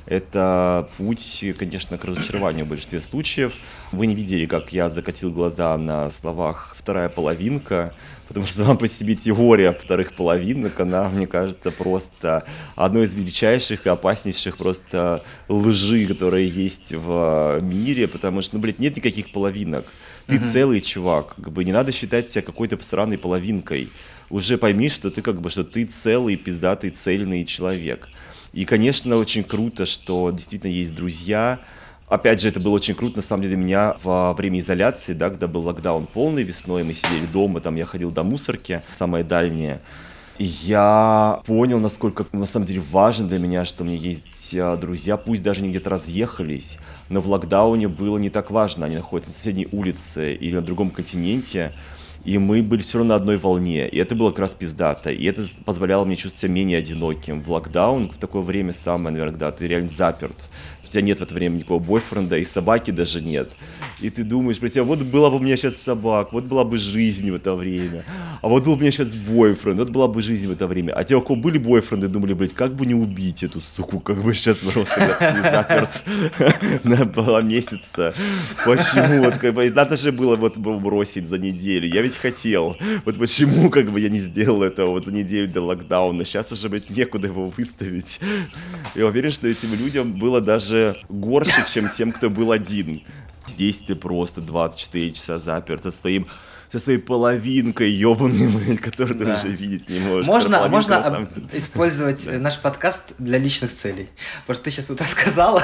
это путь, конечно, к разочарованию в большинстве случаев. Вы не видели, как я закатил глаза на словах «вторая половинка», потому что сама по себе теория вторых половинок, она, мне кажется, просто одной из величайших и опаснейших просто лжи, которые есть в мире, потому что, нет никаких половинок. Ты целый чувак, не надо считать себя какой-то сраной половинкой. Уже пойми, что ты что ты целый, пиздатый, цельный человек. И, конечно, очень круто, что действительно есть друзья. Опять же, это было очень круто, на самом деле, для меня во время изоляции, да, когда был локдаун полный весной, мы сидели дома, там я ходил до мусорки, самое дальнее. И я понял, насколько на самом деле важно для меня, что у меня есть друзья, пусть даже они где-то разъехались, но в локдауне было не так важно, они находятся на соседней улице или на другом континенте, и мы были все равно на одной волне, и это было как раз пиздато, и это позволяло мне чувствовать себя менее одиноким. В локдаун, в такое время самое, наверное, когда ты реально заперт, у тебя нет в это время никакого бойфренда, и собаки даже нет. И ты думаешь про себя, вот была бы у меня сейчас собака, вот была бы жизнь в это время, а вот был бы у меня сейчас бойфренд, вот была бы жизнь в это время. А те, у кого были бойфренды, думали, как бы не убить эту суку, как бы сейчас просто заперт на 2 месяца. Почему? Надо же было бросить за неделю. Я ведь хотел. Почему я не сделал этого за неделю до локдауна? Сейчас уже, некуда его выставить. Я уверен, что этим людям было даже горше, чем тем, кто был один. Здесь ты просто 24 часа заперт со своей половинкой ебаной, которую ты уже видеть не можешь. Можно использовать наш подкаст для личных целей. Потому что ты сейчас рассказала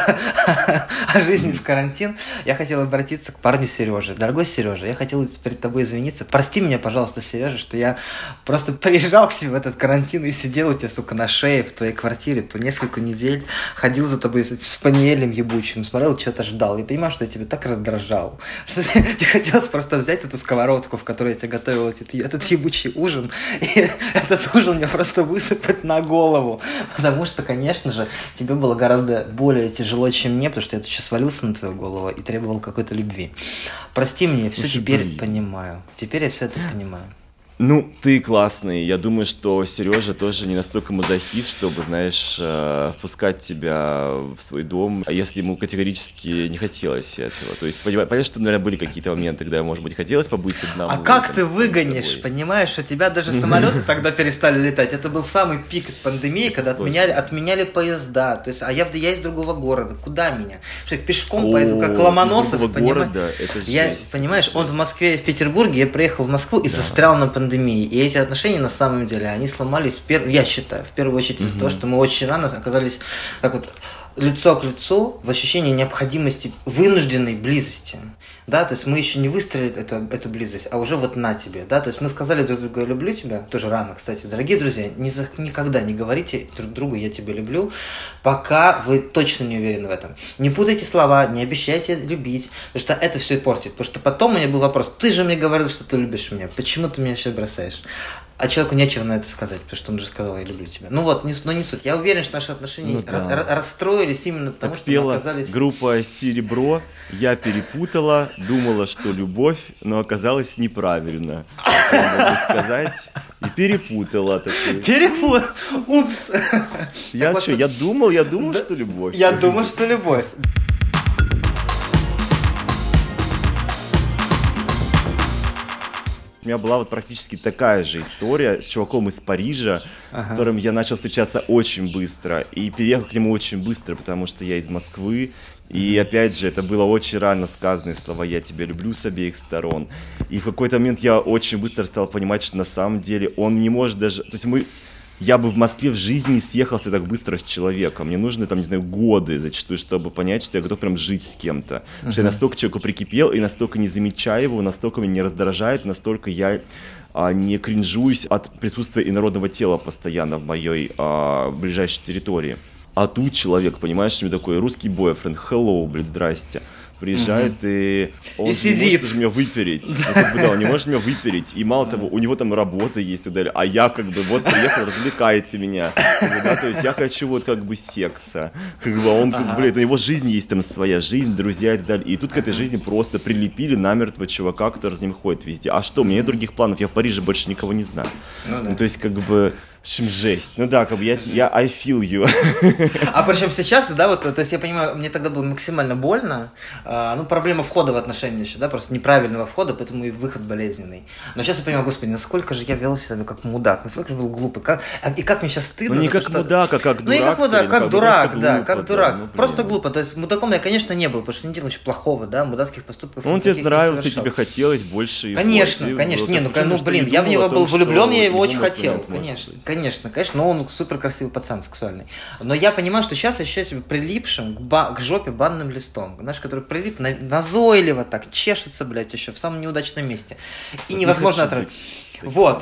о жизни в карантин. Я хотел обратиться к парню Сереже. Дорогой Сережа, я хотел перед тобой извиниться. Прости меня, пожалуйста, Сережа, что я просто приезжал к тебе в этот карантин и сидел у тебя, сука, на шее в твоей квартире по несколько недель. Ходил за тобой с спаниелем ебучим, смотрел, что-то ждал. Я понимаю, что я тебя так раздражал, что тебе хотелось просто взять эту сковородку, в которой я тебе готовил этот ебучий ужин, и этот ужин мне просто высыпать на голову, потому что, конечно же, тебе было гораздо более тяжело, чем мне, потому что я тут сейчас свалился на твою голову и требовал какой-то любви. Прости мне, я все теперь понимаю. Теперь я все это понимаю. Ты классный. Я думаю, что Сережа тоже не настолько мазохист, чтобы, знаешь, впускать тебя в свой дом, а если ему категорически не хотелось этого. То есть, понятно, что, наверное, были какие-то моменты, когда, может быть, хотелось побыть одному. А как ты выгонишь, понимаешь, что тебя даже самолеты тогда перестали летать? Это был самый пик пандемии, когда отменяли поезда. То есть, я из другого города. Куда меня? Что я пешком пойду, как Ломоносов, понимаешь? Он в Москве, в Петербурге, я приехал в Москву и застрял на пандемии. И эти отношения, на самом деле, они сломались, я считаю, в первую очередь из-за того, что мы очень рано оказались лицо к лицу в ощущении необходимости вынужденной близости. Да, то есть мы еще не выстроили эту близость, а уже на тебе. Да, то есть мы сказали друг другу «я люблю тебя», тоже рано, кстати. Дорогие друзья, никогда не говорите друг другу «я тебя люблю», пока вы точно не уверены в этом. Не путайте слова, не обещайте любить, потому что это все портит. Потому что потом у меня был вопрос: ты же мне говорил, что ты любишь меня, почему ты меня сейчас бросаешь? А человеку нечего на это сказать, потому что он же сказал «я люблю тебя». Не суть. Я уверен, что наши отношения расстроились именно потому, что мы оказались... группа «Серебро», я перепутала, думала, что любовь, но оказалось неправильно. Могу сказать. И перепутала такую. Перепутала? Упс. Я думал, что любовь. Я думал, что любовь. У меня была практически такая же история с чуваком из Парижа, с которым я начал встречаться очень быстро и переехал к нему очень быстро, потому что я из Москвы. И опять же, это было очень рано сказанные слова «я тебя люблю» с обеих сторон. И в какой-то момент я очень быстро стал понимать, что на самом деле он не может даже... То есть я бы в Москве в жизни не съехался так быстро с человеком. Мне нужны, годы зачастую, чтобы понять, что я готов прям жить с кем-то. Потому что я настолько к человеку прикипел, и настолько не замечаю его, настолько меня не раздражает, настолько я не кринжуюсь от присутствия инородного тела постоянно в моей ближайшей территории. А тут человек, понимаешь, у него такой русский бойфренд, hello, блядь, здрасте. Приезжает и он и не сидит. может меня выпереть. Ну, как бы, да, он не может меня выпереть. И мало того, у него там работа есть и так далее. А я как бы вот приехал, развлекайте меня. Как бы, да, то есть я хочу вот как бы секса. Как бы, он как бы, блядь, у него жизнь есть там своя жизнь, друзья и так далее. И тут к этой жизни просто прилепили намертво чувака, который с ним ходит везде. А что, у меня нет других планов, я в Париже больше никого не знаю. Ну, то есть как бы... В общем, жесть. Ну да, как бы я I feel you. А причем сейчас, да, вот, то есть я понимаю, мне тогда было максимально больно, ну, проблема входа в отношения еще, да, просто неправильного входа, поэтому и выход болезненный. Но сейчас я понимаю, господи, насколько же я вел себя как мудак, насколько же был глупый, и как мне сейчас стыдно. Ну не как мудак, а как дурак. Ну не как мудак, как дурак, да, глупо, как дурак. Да, ну, просто глупо, то есть мудаком я, конечно, не был, потому что не делал ничего плохого, да, мудацких поступков. Он тебе нравился, тебе хотелось больше его. Конечно, не, ну блин, я в него был влюблен, я его очень хотел, конечно, но он супер красивый пацан, сексуальный. Но я понимаю, что сейчас я ощущаю себя прилипшим к жопе банным листом. Знаешь, который прилип назойливо так, чешется, блядь, еще в самом неудачном месте. И невозможно оторвать. Вот.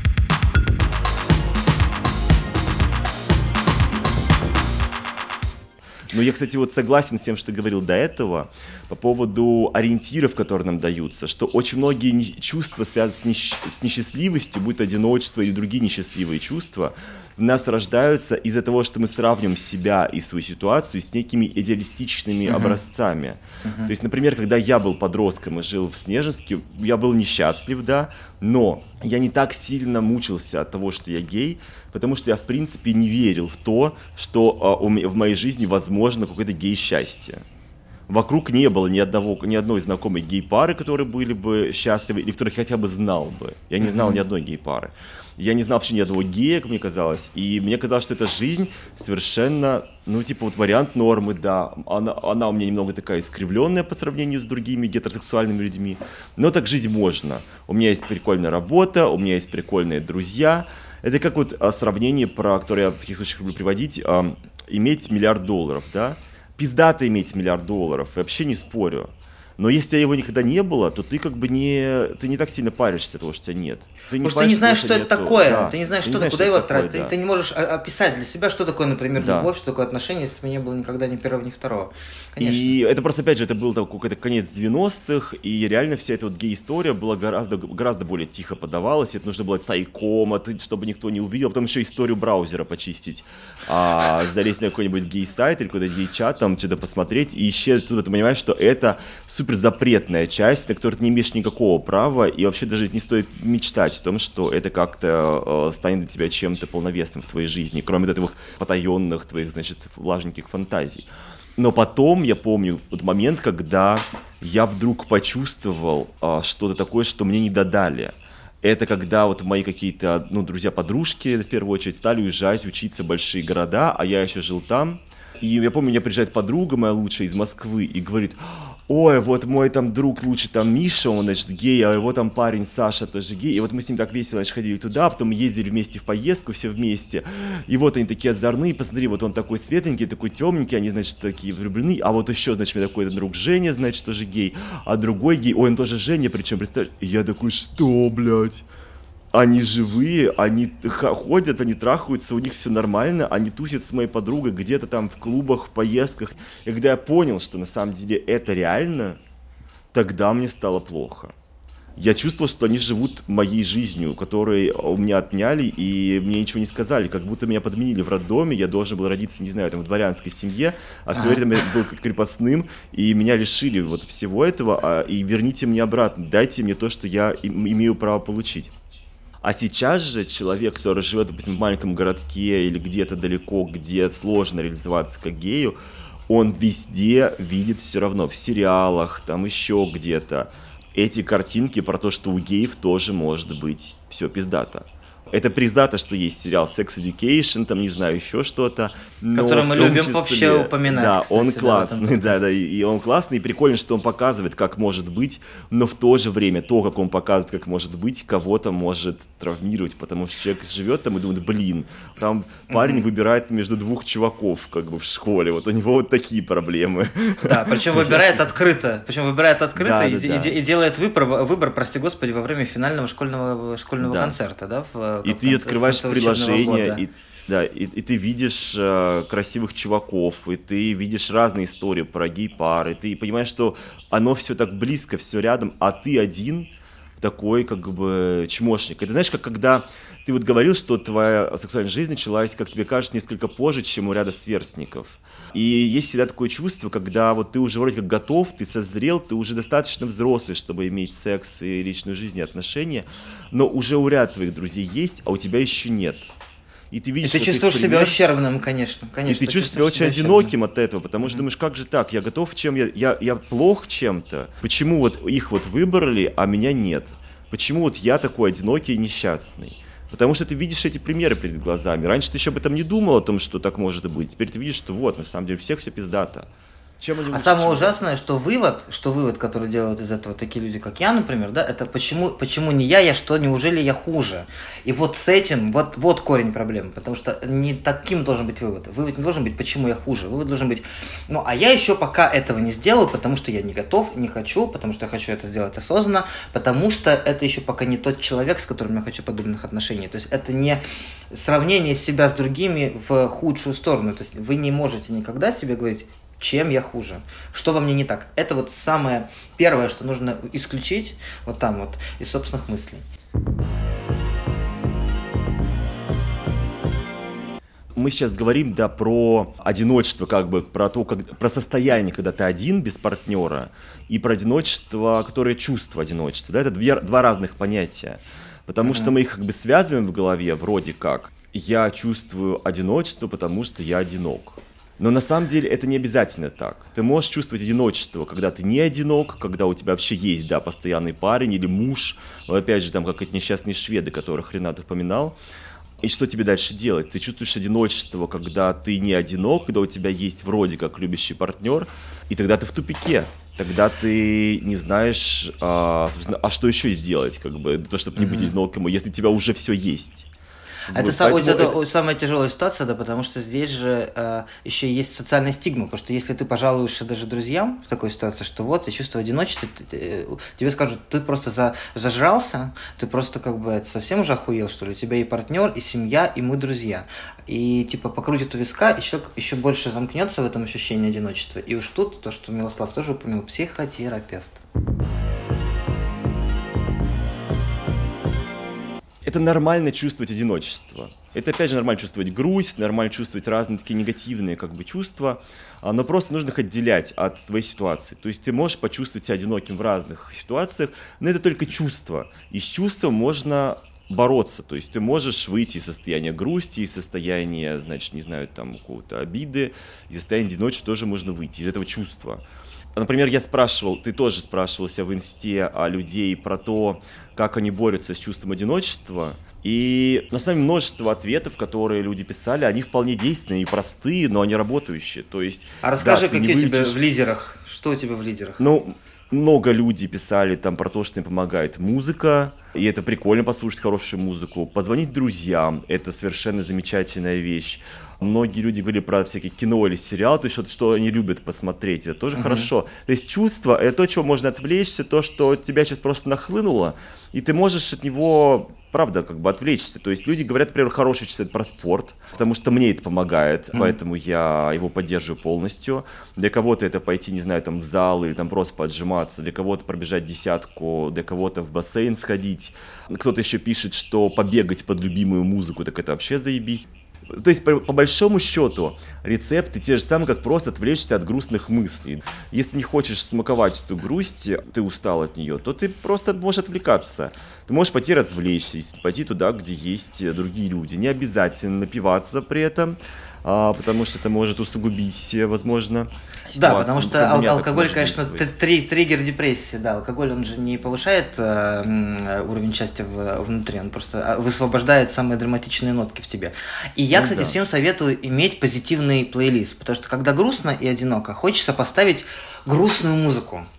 Но я, кстати, вот согласен с тем, что ты говорил до этого, по поводу ориентиров, которые нам даются, что очень многие чувства связаны с несчастливостью, будь то одиночество или другие несчастливые чувства, в нас рождаются из-за того, что мы сравниваем себя и свою ситуацию с некими идеалистичными образцами. То есть, например, когда я был подростком и жил в Снежинске, я был несчастлив, да, но я не так сильно мучился от того, что я гей, потому что я, в принципе, не верил в то, что в моей жизни возможно какое-то гей-счастье. Вокруг не было ни одной знакомой гей-пары, которые были бы счастливы, или которых я хотя бы знал бы. Я не знал ни одной гей-пары. Я не знал вообще ни одного гея, как мне казалось. И мне казалось, что эта жизнь совершенно, ну, типа, вот вариант нормы, да. Она у меня немного такая искривленная по сравнению с другими гетеросексуальными людьми. Но так жить можно. У меня есть прикольная работа, у меня есть прикольные друзья. Это как вот сравнение, которое я в таких случаях люблю приводить, иметь $1 миллиард, да. Пиздато иметь $1 миллиард, вообще не спорю. Но если у тебя его никогда не было, то ты как бы ты не так сильно паришься того, что у тебя нет. Потому что ты не знаешь, что это такое, да. Ты не знаешь, что куда его тратить. Да. Ты не можешь описать для себя, что такое, например, любовь, что такое отношения, если бы не было никогда ни первого, ни второго. Конечно. И это просто, опять же, это был какой-то конец 90-х, и реально вся эта вот гей-история была гораздо более тихо подавалась, это нужно было тайком, чтобы никто не увидел, потом еще историю браузера почистить, залезть на какой-нибудь гей-сайт или какой-то гей-чат, там что-то посмотреть, и исчезнуть туда, ты понимаешь, что это супер запретная часть, на которую ты не имеешь никакого права, и вообще даже не стоит мечтать о том, что это как-то станет для тебя чем-то полновесным в твоей жизни, кроме твоих потаенных, твоих, значит, влажненьких фантазий. Но потом я помню вот момент, когда я вдруг почувствовал что-то такое, что мне не додали. Это когда вот мои какие-то, друзья-подружки, в первую очередь, стали уезжать, учиться в большие города, а я еще жил там. И я помню, меня приезжает подруга моя лучшая из Москвы и говорит: ой, вот мой там друг лучший, там Миша, он, значит, гей, а его там парень Саша тоже гей. И вот мы с ним так весело, значит, ходили туда, потом мы ездили вместе в поездку, все вместе. И вот они такие озорные, посмотри, вот он такой светленький, такой темненький, они, значит, такие влюблены. А вот еще, значит, у меня такой друг Женя, значит, тоже гей, а другой гей, ой, он тоже Женя, причем, представь. И я такой: что, блядь? Они живые, они ходят, они трахаются, у них все нормально, они тусят с моей подругой где-то там в клубах, в поездках. И когда я понял, что на самом деле это реально, тогда мне стало плохо. Я чувствовал, что они живут моей жизнью, которую у меня отняли, и мне ничего не сказали, как будто меня подменили в роддоме, я должен был родиться, не знаю, там, в дворянской семье, а все время я был крепостным, и меня лишили вот всего этого, и верните мне обратно, дайте мне то, что я имею право получить. А сейчас же человек, который живет, допустим, в маленьком городке или где-то далеко, где сложно реализоваться как гею, он везде видит все равно, в сериалах, там еще где-то, эти картинки про то, что у геев тоже может быть все пиздато. Это пиздато, что есть сериал Sex Education, там, не знаю, еще что-то. Который мы любим вообще упоминать. Да, кстати, он классный, да, и он классный, и прикольно, что он показывает, как может быть, но в то же время то, как он показывает, как может быть, кого-то может травмировать, потому что человек живет там и думает: блин, там парень выбирает между двух чуваков, как бы в школе, вот у него вот такие проблемы. Да, причем выбирает открыто, и делает выбор, прости господи, во время финального школьного концерта, да? И ты открываешь приложение, Да, и ты видишь красивых чуваков, и ты видишь разные истории про гей-пары, и ты понимаешь, что оно все так близко, все рядом, а ты один такой как бы чмошник. Это знаешь, как когда ты вот говорил, что твоя сексуальная жизнь началась, как тебе кажется, несколько позже, чем у ряда сверстников. И есть всегда такое чувство, когда вот ты уже вроде как готов, ты созрел, ты уже достаточно взрослый, чтобы иметь секс и личную жизнь и отношения, но уже у ряда твоих друзей есть, а у тебя еще нет. И ты видишь, и ты чувствуешь себя ущербным, конечно. И ты чувствуешь себя очень одиноким от этого, потому что думаешь, как же так, я готов чем, я плох чем-то. Почему вот их вот выбрали, а меня нет? Почему вот я такой одинокий и несчастный? Потому что ты видишь эти примеры перед глазами. Раньше ты еще об этом не думал, о том, что так может быть. Теперь ты видишь, что вот, на самом деле, у всех все пиздато. Чем они самое ужасное, что вывод, который делают из этого такие люди, как я, например, да, это почему не я, что неужели я хуже? И вот с этим, вот корень проблемы, потому что не таким должен быть вывод. Вывод не должен быть, почему я хуже. Вывод должен быть, а я еще пока этого не сделал, потому что я не готов, не хочу, потому что я хочу это сделать осознанно, потому что это еще пока не тот человек, с которым я хочу подобных отношений. То есть это не сравнение себя с другими в худшую сторону. То есть вы не можете никогда себе говорить, чем я хуже, что во мне не так. Это вот самое первое, что нужно исключить вот там вот из собственных мыслей. Мы сейчас говорим, да, про одиночество, как бы, про состояние, когда ты один, без партнера, и про одиночество, которое чувство одиночества, да, это два разных понятия, потому что мы их как бы связываем в голове, вроде как, я чувствую одиночество, потому что я одинок. Но на самом деле это не обязательно так. Ты можешь чувствовать одиночество, когда ты не одинок, когда у тебя вообще есть, да, постоянный парень или муж, опять же, там, как эти несчастные шведы, которых Ренат упоминал. И что тебе дальше делать? Ты чувствуешь одиночество, когда ты не одинок, когда у тебя есть вроде как любящий партнер, и тогда ты в тупике. Тогда ты не знаешь, собственно, а что еще сделать, как бы, для того, чтобы не быть одиноким, если у тебя уже все есть. Это самая тяжелая ситуация, да, потому что здесь же еще есть социальная стигма, потому что если ты пожалуешься даже друзьям в такой ситуации, что вот, я чувствую одиночество, тебе скажут, ты просто зажрался, ты просто как бы совсем уже охуел, что ли, у тебя и партнер, и семья, и мы друзья. И типа покрутит у виска, и человек еще больше замкнется в этом ощущении одиночества. И уж тут, то, что Милослав тоже упомянул, психотерапевт. Это нормально чувствовать одиночество. Это, опять же, нормально чувствовать грусть, нормально чувствовать разные такие негативные как бы чувства, но просто нужно их отделять от твоей ситуации. То есть ты можешь почувствовать себя одиноким в разных ситуациях, но это только чувство. И с чувством можно бороться. То есть ты можешь выйти из состояния грусти, из состояния, значит, не знаю, там, какого-то обиды, из состояния одиночества тоже можно выйти, из этого чувства. Например, ты тоже спрашивал себя в инсте о людей про то, как они борются с чувством одиночества. И на самом деле множество ответов, которые люди писали, они вполне действенные и простые, но они работающие. То есть, расскажи, какие у тебя в лидерах? Что у тебя в лидерах? Много людей писали там про то, что им помогает музыка, и это прикольно послушать хорошую музыку. Позвонить друзьям – это совершенно замечательная вещь. Многие люди говорили про всякие кино или сериал, то есть что они любят посмотреть, это тоже хорошо. То есть чувство – это то, чего можно отвлечься, то, что тебя сейчас просто нахлынуло, и ты можешь от него, правда, как бы отвлечься. То есть люди говорят, например, хороший читать про спорт, потому что мне это помогает, поэтому я его поддерживаю полностью. Для кого-то это пойти, не знаю, там в зал или там просто поотжиматься, для кого-то пробежать десятку, для кого-то в бассейн сходить. Кто-то еще пишет, что побегать под любимую музыку, так это вообще заебись. То есть, по большому счету, рецепты те же самые, как просто отвлечься от грустных мыслей. Если не хочешь смаковать эту грусть, ты устал от нее, то ты просто можешь отвлекаться. Ты можешь пойти развлечься, пойти туда, где есть другие люди. Не обязательно напиваться при этом, потому что это может усугубить, возможно, ситуацию. Да, потому что алкоголь, конечно, триггер депрессии. Да, алкоголь, он же не повышает уровень счастья внутри, он просто высвобождает самые драматичные нотки в тебе. И я, кстати, всем советую иметь позитивный плейлист, потому что когда грустно и одиноко, хочется поставить грустную музыку.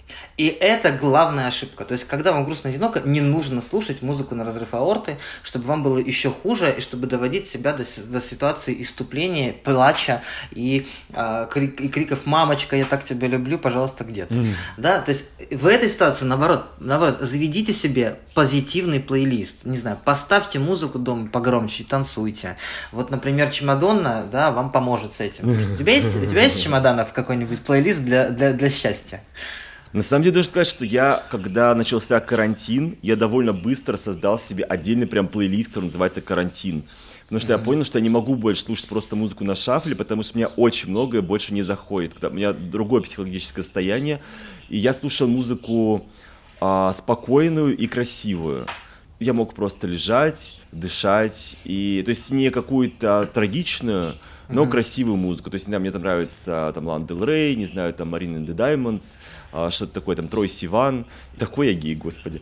И это главная ошибка. То есть, когда вам грустно, одиноко, не нужно слушать музыку на разрыв аорты, чтобы вам было еще хуже, и чтобы доводить себя до ситуации исступления, плача и криков «мамочка, я так тебя люблю, пожалуйста, где ты?». Да? То есть, в этой ситуации, наоборот, заведите себе позитивный плейлист. Не знаю, поставьте музыку дома погромче и танцуйте. Вот, например, «Чемодонна», да, вам поможет с этим. Потому что у тебя есть «Чемоданов» какой-нибудь плейлист для счастья? На самом деле, должен сказать, что я, когда начался карантин, я довольно быстро создал себе отдельный прям плейлист, который называется «Карантин». Потому что я понял, что я не могу больше слушать просто музыку на шафле, потому что у меня очень многое больше не заходит. Когда у меня другое психологическое состояние, и я слушал музыку спокойную и красивую. Я мог просто лежать, дышать, и, то есть не какую-то трагичную, но красивую музыку. То есть, мне там нравится там Лана Дель Рей, не знаю, там Marina and the Diamonds, что-то такое, там Трой Сиван. Такой я гей, господи.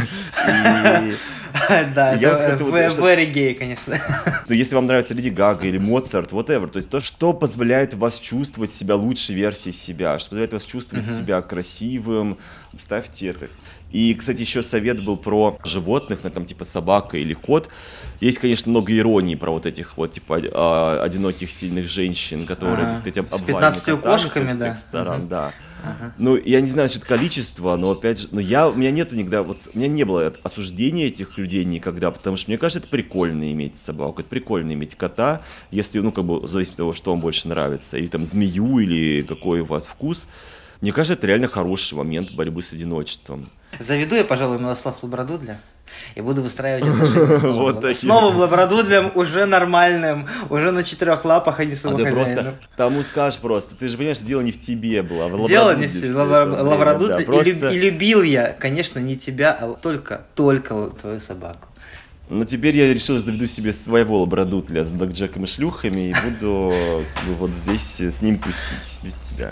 Да, это very gay, конечно. Если вам нравится Леди Гага или Моцарт, whatever, то есть то, что позволяет вас чувствовать себя лучшей версией себя, что позволяет вас чувствовать себя красивым, ставьте это. И, кстати, еще совет был про животных, там типа собака или кот. Есть, конечно, много иронии про вот этих вот типа одиноких сильных женщин, которые, так сказать, обвалены 15 кошками, со всех сторон, да. Ну, я не знаю насчет количества, но опять же, у меня нету никогда, у меня не было осуждения этих людей никогда, потому что мне кажется, это прикольно иметь собаку, это прикольно иметь кота, если, зависит от того, что вам больше нравится, или там змею, или какой у вас вкус. Мне кажется, это реально хороший момент борьбы с одиночеством. Заведу я, пожалуй, Милослав Лабрадудля и буду выстраивать отношения с новым Лабрадудлем, уже нормальным, уже на 4 лапах, а не с его хозяином. А ты просто тому скажешь просто, ты же понимаешь, что дело не в тебе было, а в дело не в тебе, Лабрадудль, и любил я, конечно, не тебя, а только твою собаку. Но теперь я решил, что заведу себе своего лабрадудля с блэкджеком и шлюхами и буду вот здесь с ним тусить, без тебя.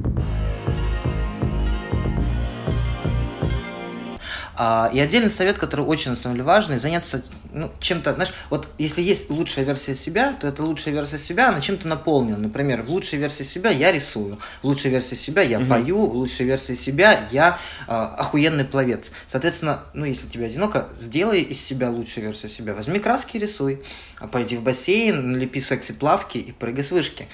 И отдельный совет, который очень, на самом деле, важный, заняться чем-то, знаешь, вот если есть лучшая версия себя, то эта лучшая версия себя, она чем-то наполнена. Например, в лучшей версии себя я рисую, в лучшей версии себя я пою, в лучшей версии себя я охуенный пловец. Соответственно, если тебе одиноко, сделай из себя лучшую версию себя. Возьми краски и рисуй. Пойди в бассейн, налепи секси-плавки и прыгай с вышки.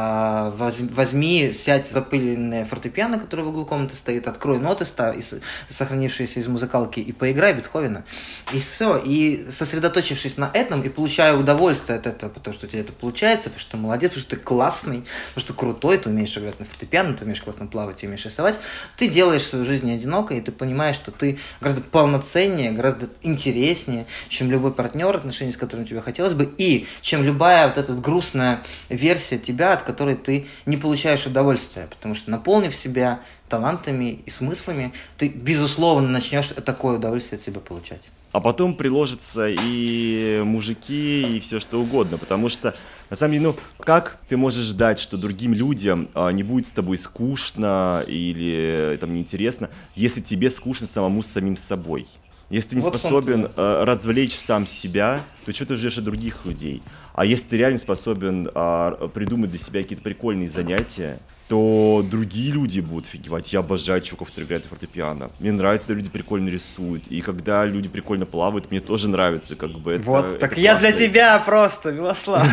Возьми, сядь за запыленное фортепиано, которое в углу комнаты стоит, открой ноты, сохранившиеся из музыкалки, и поиграй Бетховена. И все. И сосредоточившись на этом и получая удовольствие от этого, потому что у тебя это получается, потому что ты молодец, потому что ты классный, потому что крутой, ты умеешь играть на фортепиано, ты умеешь классно плавать, ты умеешь рисовать, ты делаешь свою жизнь одинокой, и ты понимаешь, что ты гораздо полноценнее, гораздо интереснее, чем любой партнер, отношения с которым тебе хотелось бы, и чем любая вот эта грустная версия тебя, от которой ты не получаешь удовольствия, потому что, наполнив себя талантами и смыслами, ты, безусловно, начнешь такое удовольствие от себя получать. А потом приложатся и мужики, и все что угодно, потому что, на самом деле, как ты можешь ждать, что другим людям не будет с тобой скучно или там неинтересно, если тебе скучно самому с самим собой? Если ты не способен развлечь сам себя, то что ты ждешь от других людей? А если ты реально способен придумать для себя какие-то прикольные занятия, то другие люди будут офигевать. Я обожаю чуваков, которые играют на фортепиано. Мне нравится, когда люди прикольно рисуют. И когда люди прикольно плавают, мне тоже нравится. Вот, так я для тебя просто, Милослав.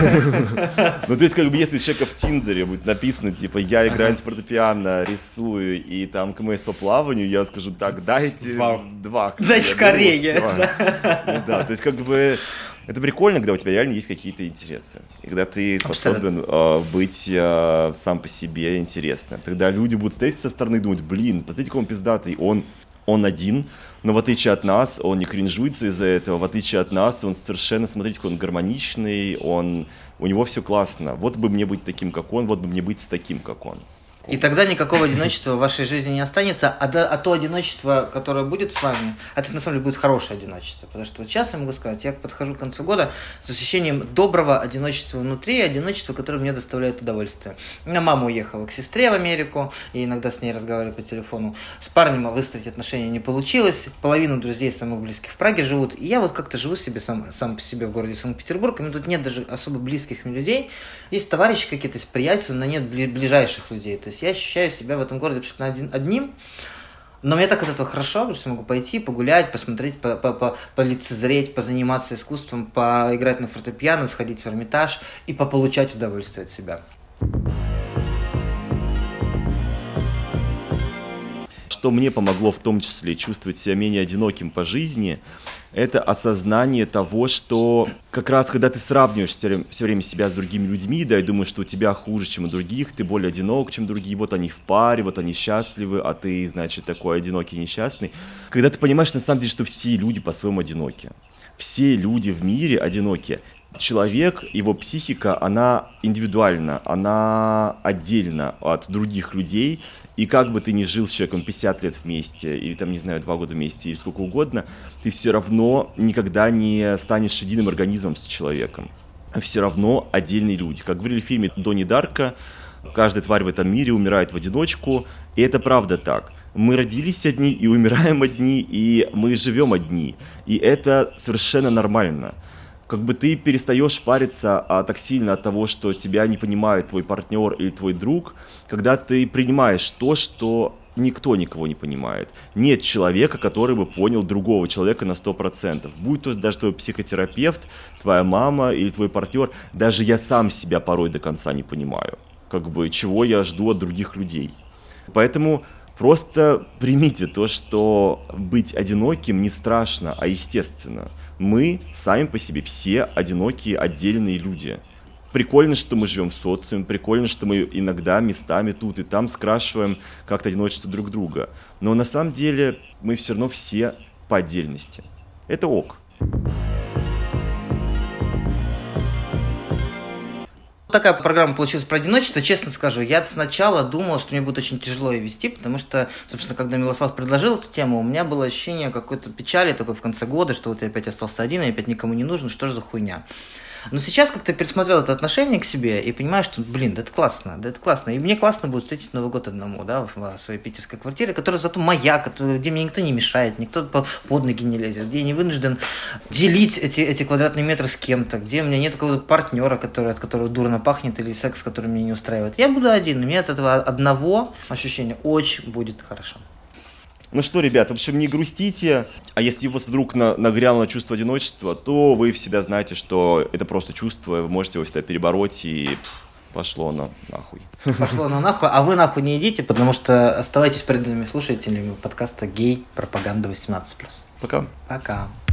То есть, если у человека в Тиндере будет написано, типа, я играю на фортепиано, рисую, и там КМС по плаванию, я скажу, так, дайте 2. Дайте скорее. Да, то есть, это прикольно, когда у тебя реально есть какие-то интересы. И когда ты способен быть сам по себе интересным. Тогда люди будут смотреть со стороны и думать, посмотрите, какой он пиздатый. Он один, но в отличие от нас, он не кринжуется из-за этого. В отличие от нас, он совершенно, смотрите, какой он гармоничный, у него все классно. Вот бы мне быть таким, как он, вот бы мне быть с таким, как он. И тогда никакого одиночества в вашей жизни не останется, а то одиночество, которое будет с вами, это на самом деле будет хорошее одиночество. Потому что вот сейчас я могу сказать, я подхожу к концу года с ощущением доброго одиночества внутри, одиночества, которое мне доставляет удовольствие. У меня мама уехала к сестре в Америку, я иногда с ней разговариваю по телефону. С парнем выстроить отношения не получилось, половину друзей самых близких в Праге живут, и я вот как-то живу себе сам по себе в городе Санкт-Петербург, и тут нет даже особо близких людей, есть товарищи какие-то, есть приятели, но нет ближайших людей. То есть я ощущаю себя в этом городе абсолютно одним, Но мне так от этого хорошо, потому что я могу пойти, погулять, посмотреть, полицезреть, позаниматься искусством, поиграть на фортепиано, сходить в Эрмитаж и пополучать удовольствие от себя. Что мне помогло в том числе чувствовать себя менее одиноким по жизни, это осознание того, что как раз когда ты сравниваешь все время себя с другими людьми, да, и думаешь, что у тебя хуже, чем у других, ты более одинок, чем другие, вот они в паре, вот они счастливы, а ты, значит, такой одинокий, несчастный. Когда ты понимаешь, на самом деле, что все люди по-своему одиноки. Все люди в мире одиноки. Человек, его психика, она индивидуальна, она отдельна от других людей, и как бы ты ни жил с человеком 50 лет вместе, или там, не знаю, 2 года вместе, или сколько угодно, ты все равно никогда не станешь единым организмом с человеком. Все равно отдельные люди. Как говорили в фильме Донни Дарка, каждая тварь в этом мире умирает в одиночку, и это правда так. Мы родились одни, и умираем одни, и мы живем одни, и это совершенно нормально. Как бы ты перестаешь париться так сильно от того, что тебя не понимает твой партнер или твой друг, когда ты принимаешь то, что никто никого не понимает. Нет человека, который бы понял другого человека на 100%. Будь то даже твой психотерапевт, твоя мама или твой партнер, даже я сам себя порой до конца не понимаю. Как бы чего я жду от других людей. Поэтому просто примите то, что быть одиноким не страшно, а естественно. Мы сами по себе все одинокие, отдельные люди. Прикольно, что мы живем в социуме, прикольно, что мы иногда местами тут и там скрашиваем как-то одиночество друг друга. Но на самом деле мы все равно все по отдельности. Это ок. Такая программа получилась про одиночество. Честно скажу, я сначала думал, что мне будет очень тяжело ее вести, потому что, собственно, когда Милослав предложил эту тему, у меня было ощущение какой-то печали такой в конце года, что вот я опять остался один, я опять никому не нужен, что же за хуйня. Но сейчас как-то пересмотрел это отношение к себе и понимаю, что, блин, да это классно. И мне классно будет встретить Новый год одному, да, в своей питерской квартире, которая зато моя, где мне никто не мешает, никто под ноги не лезет, где я не вынужден делить эти квадратные метры с кем-то, где у меня нет какого-то партнера, от которого дурно пахнет, или секс, который меня не устраивает. Я буду один, и мне от этого одного ощущения очень будет хорошо. Ну что, ребят, в общем, не грустите, а если у вас вдруг нагрянуло чувство одиночества, то вы всегда знаете, что это просто чувство, вы можете его всегда перебороть, и пошло оно нахуй. Пошло оно нахуй, а вы нахуй не идите, потому что оставайтесь преданными слушателями подкаста «Гей. Пропаганда 18+». Пока. Пока.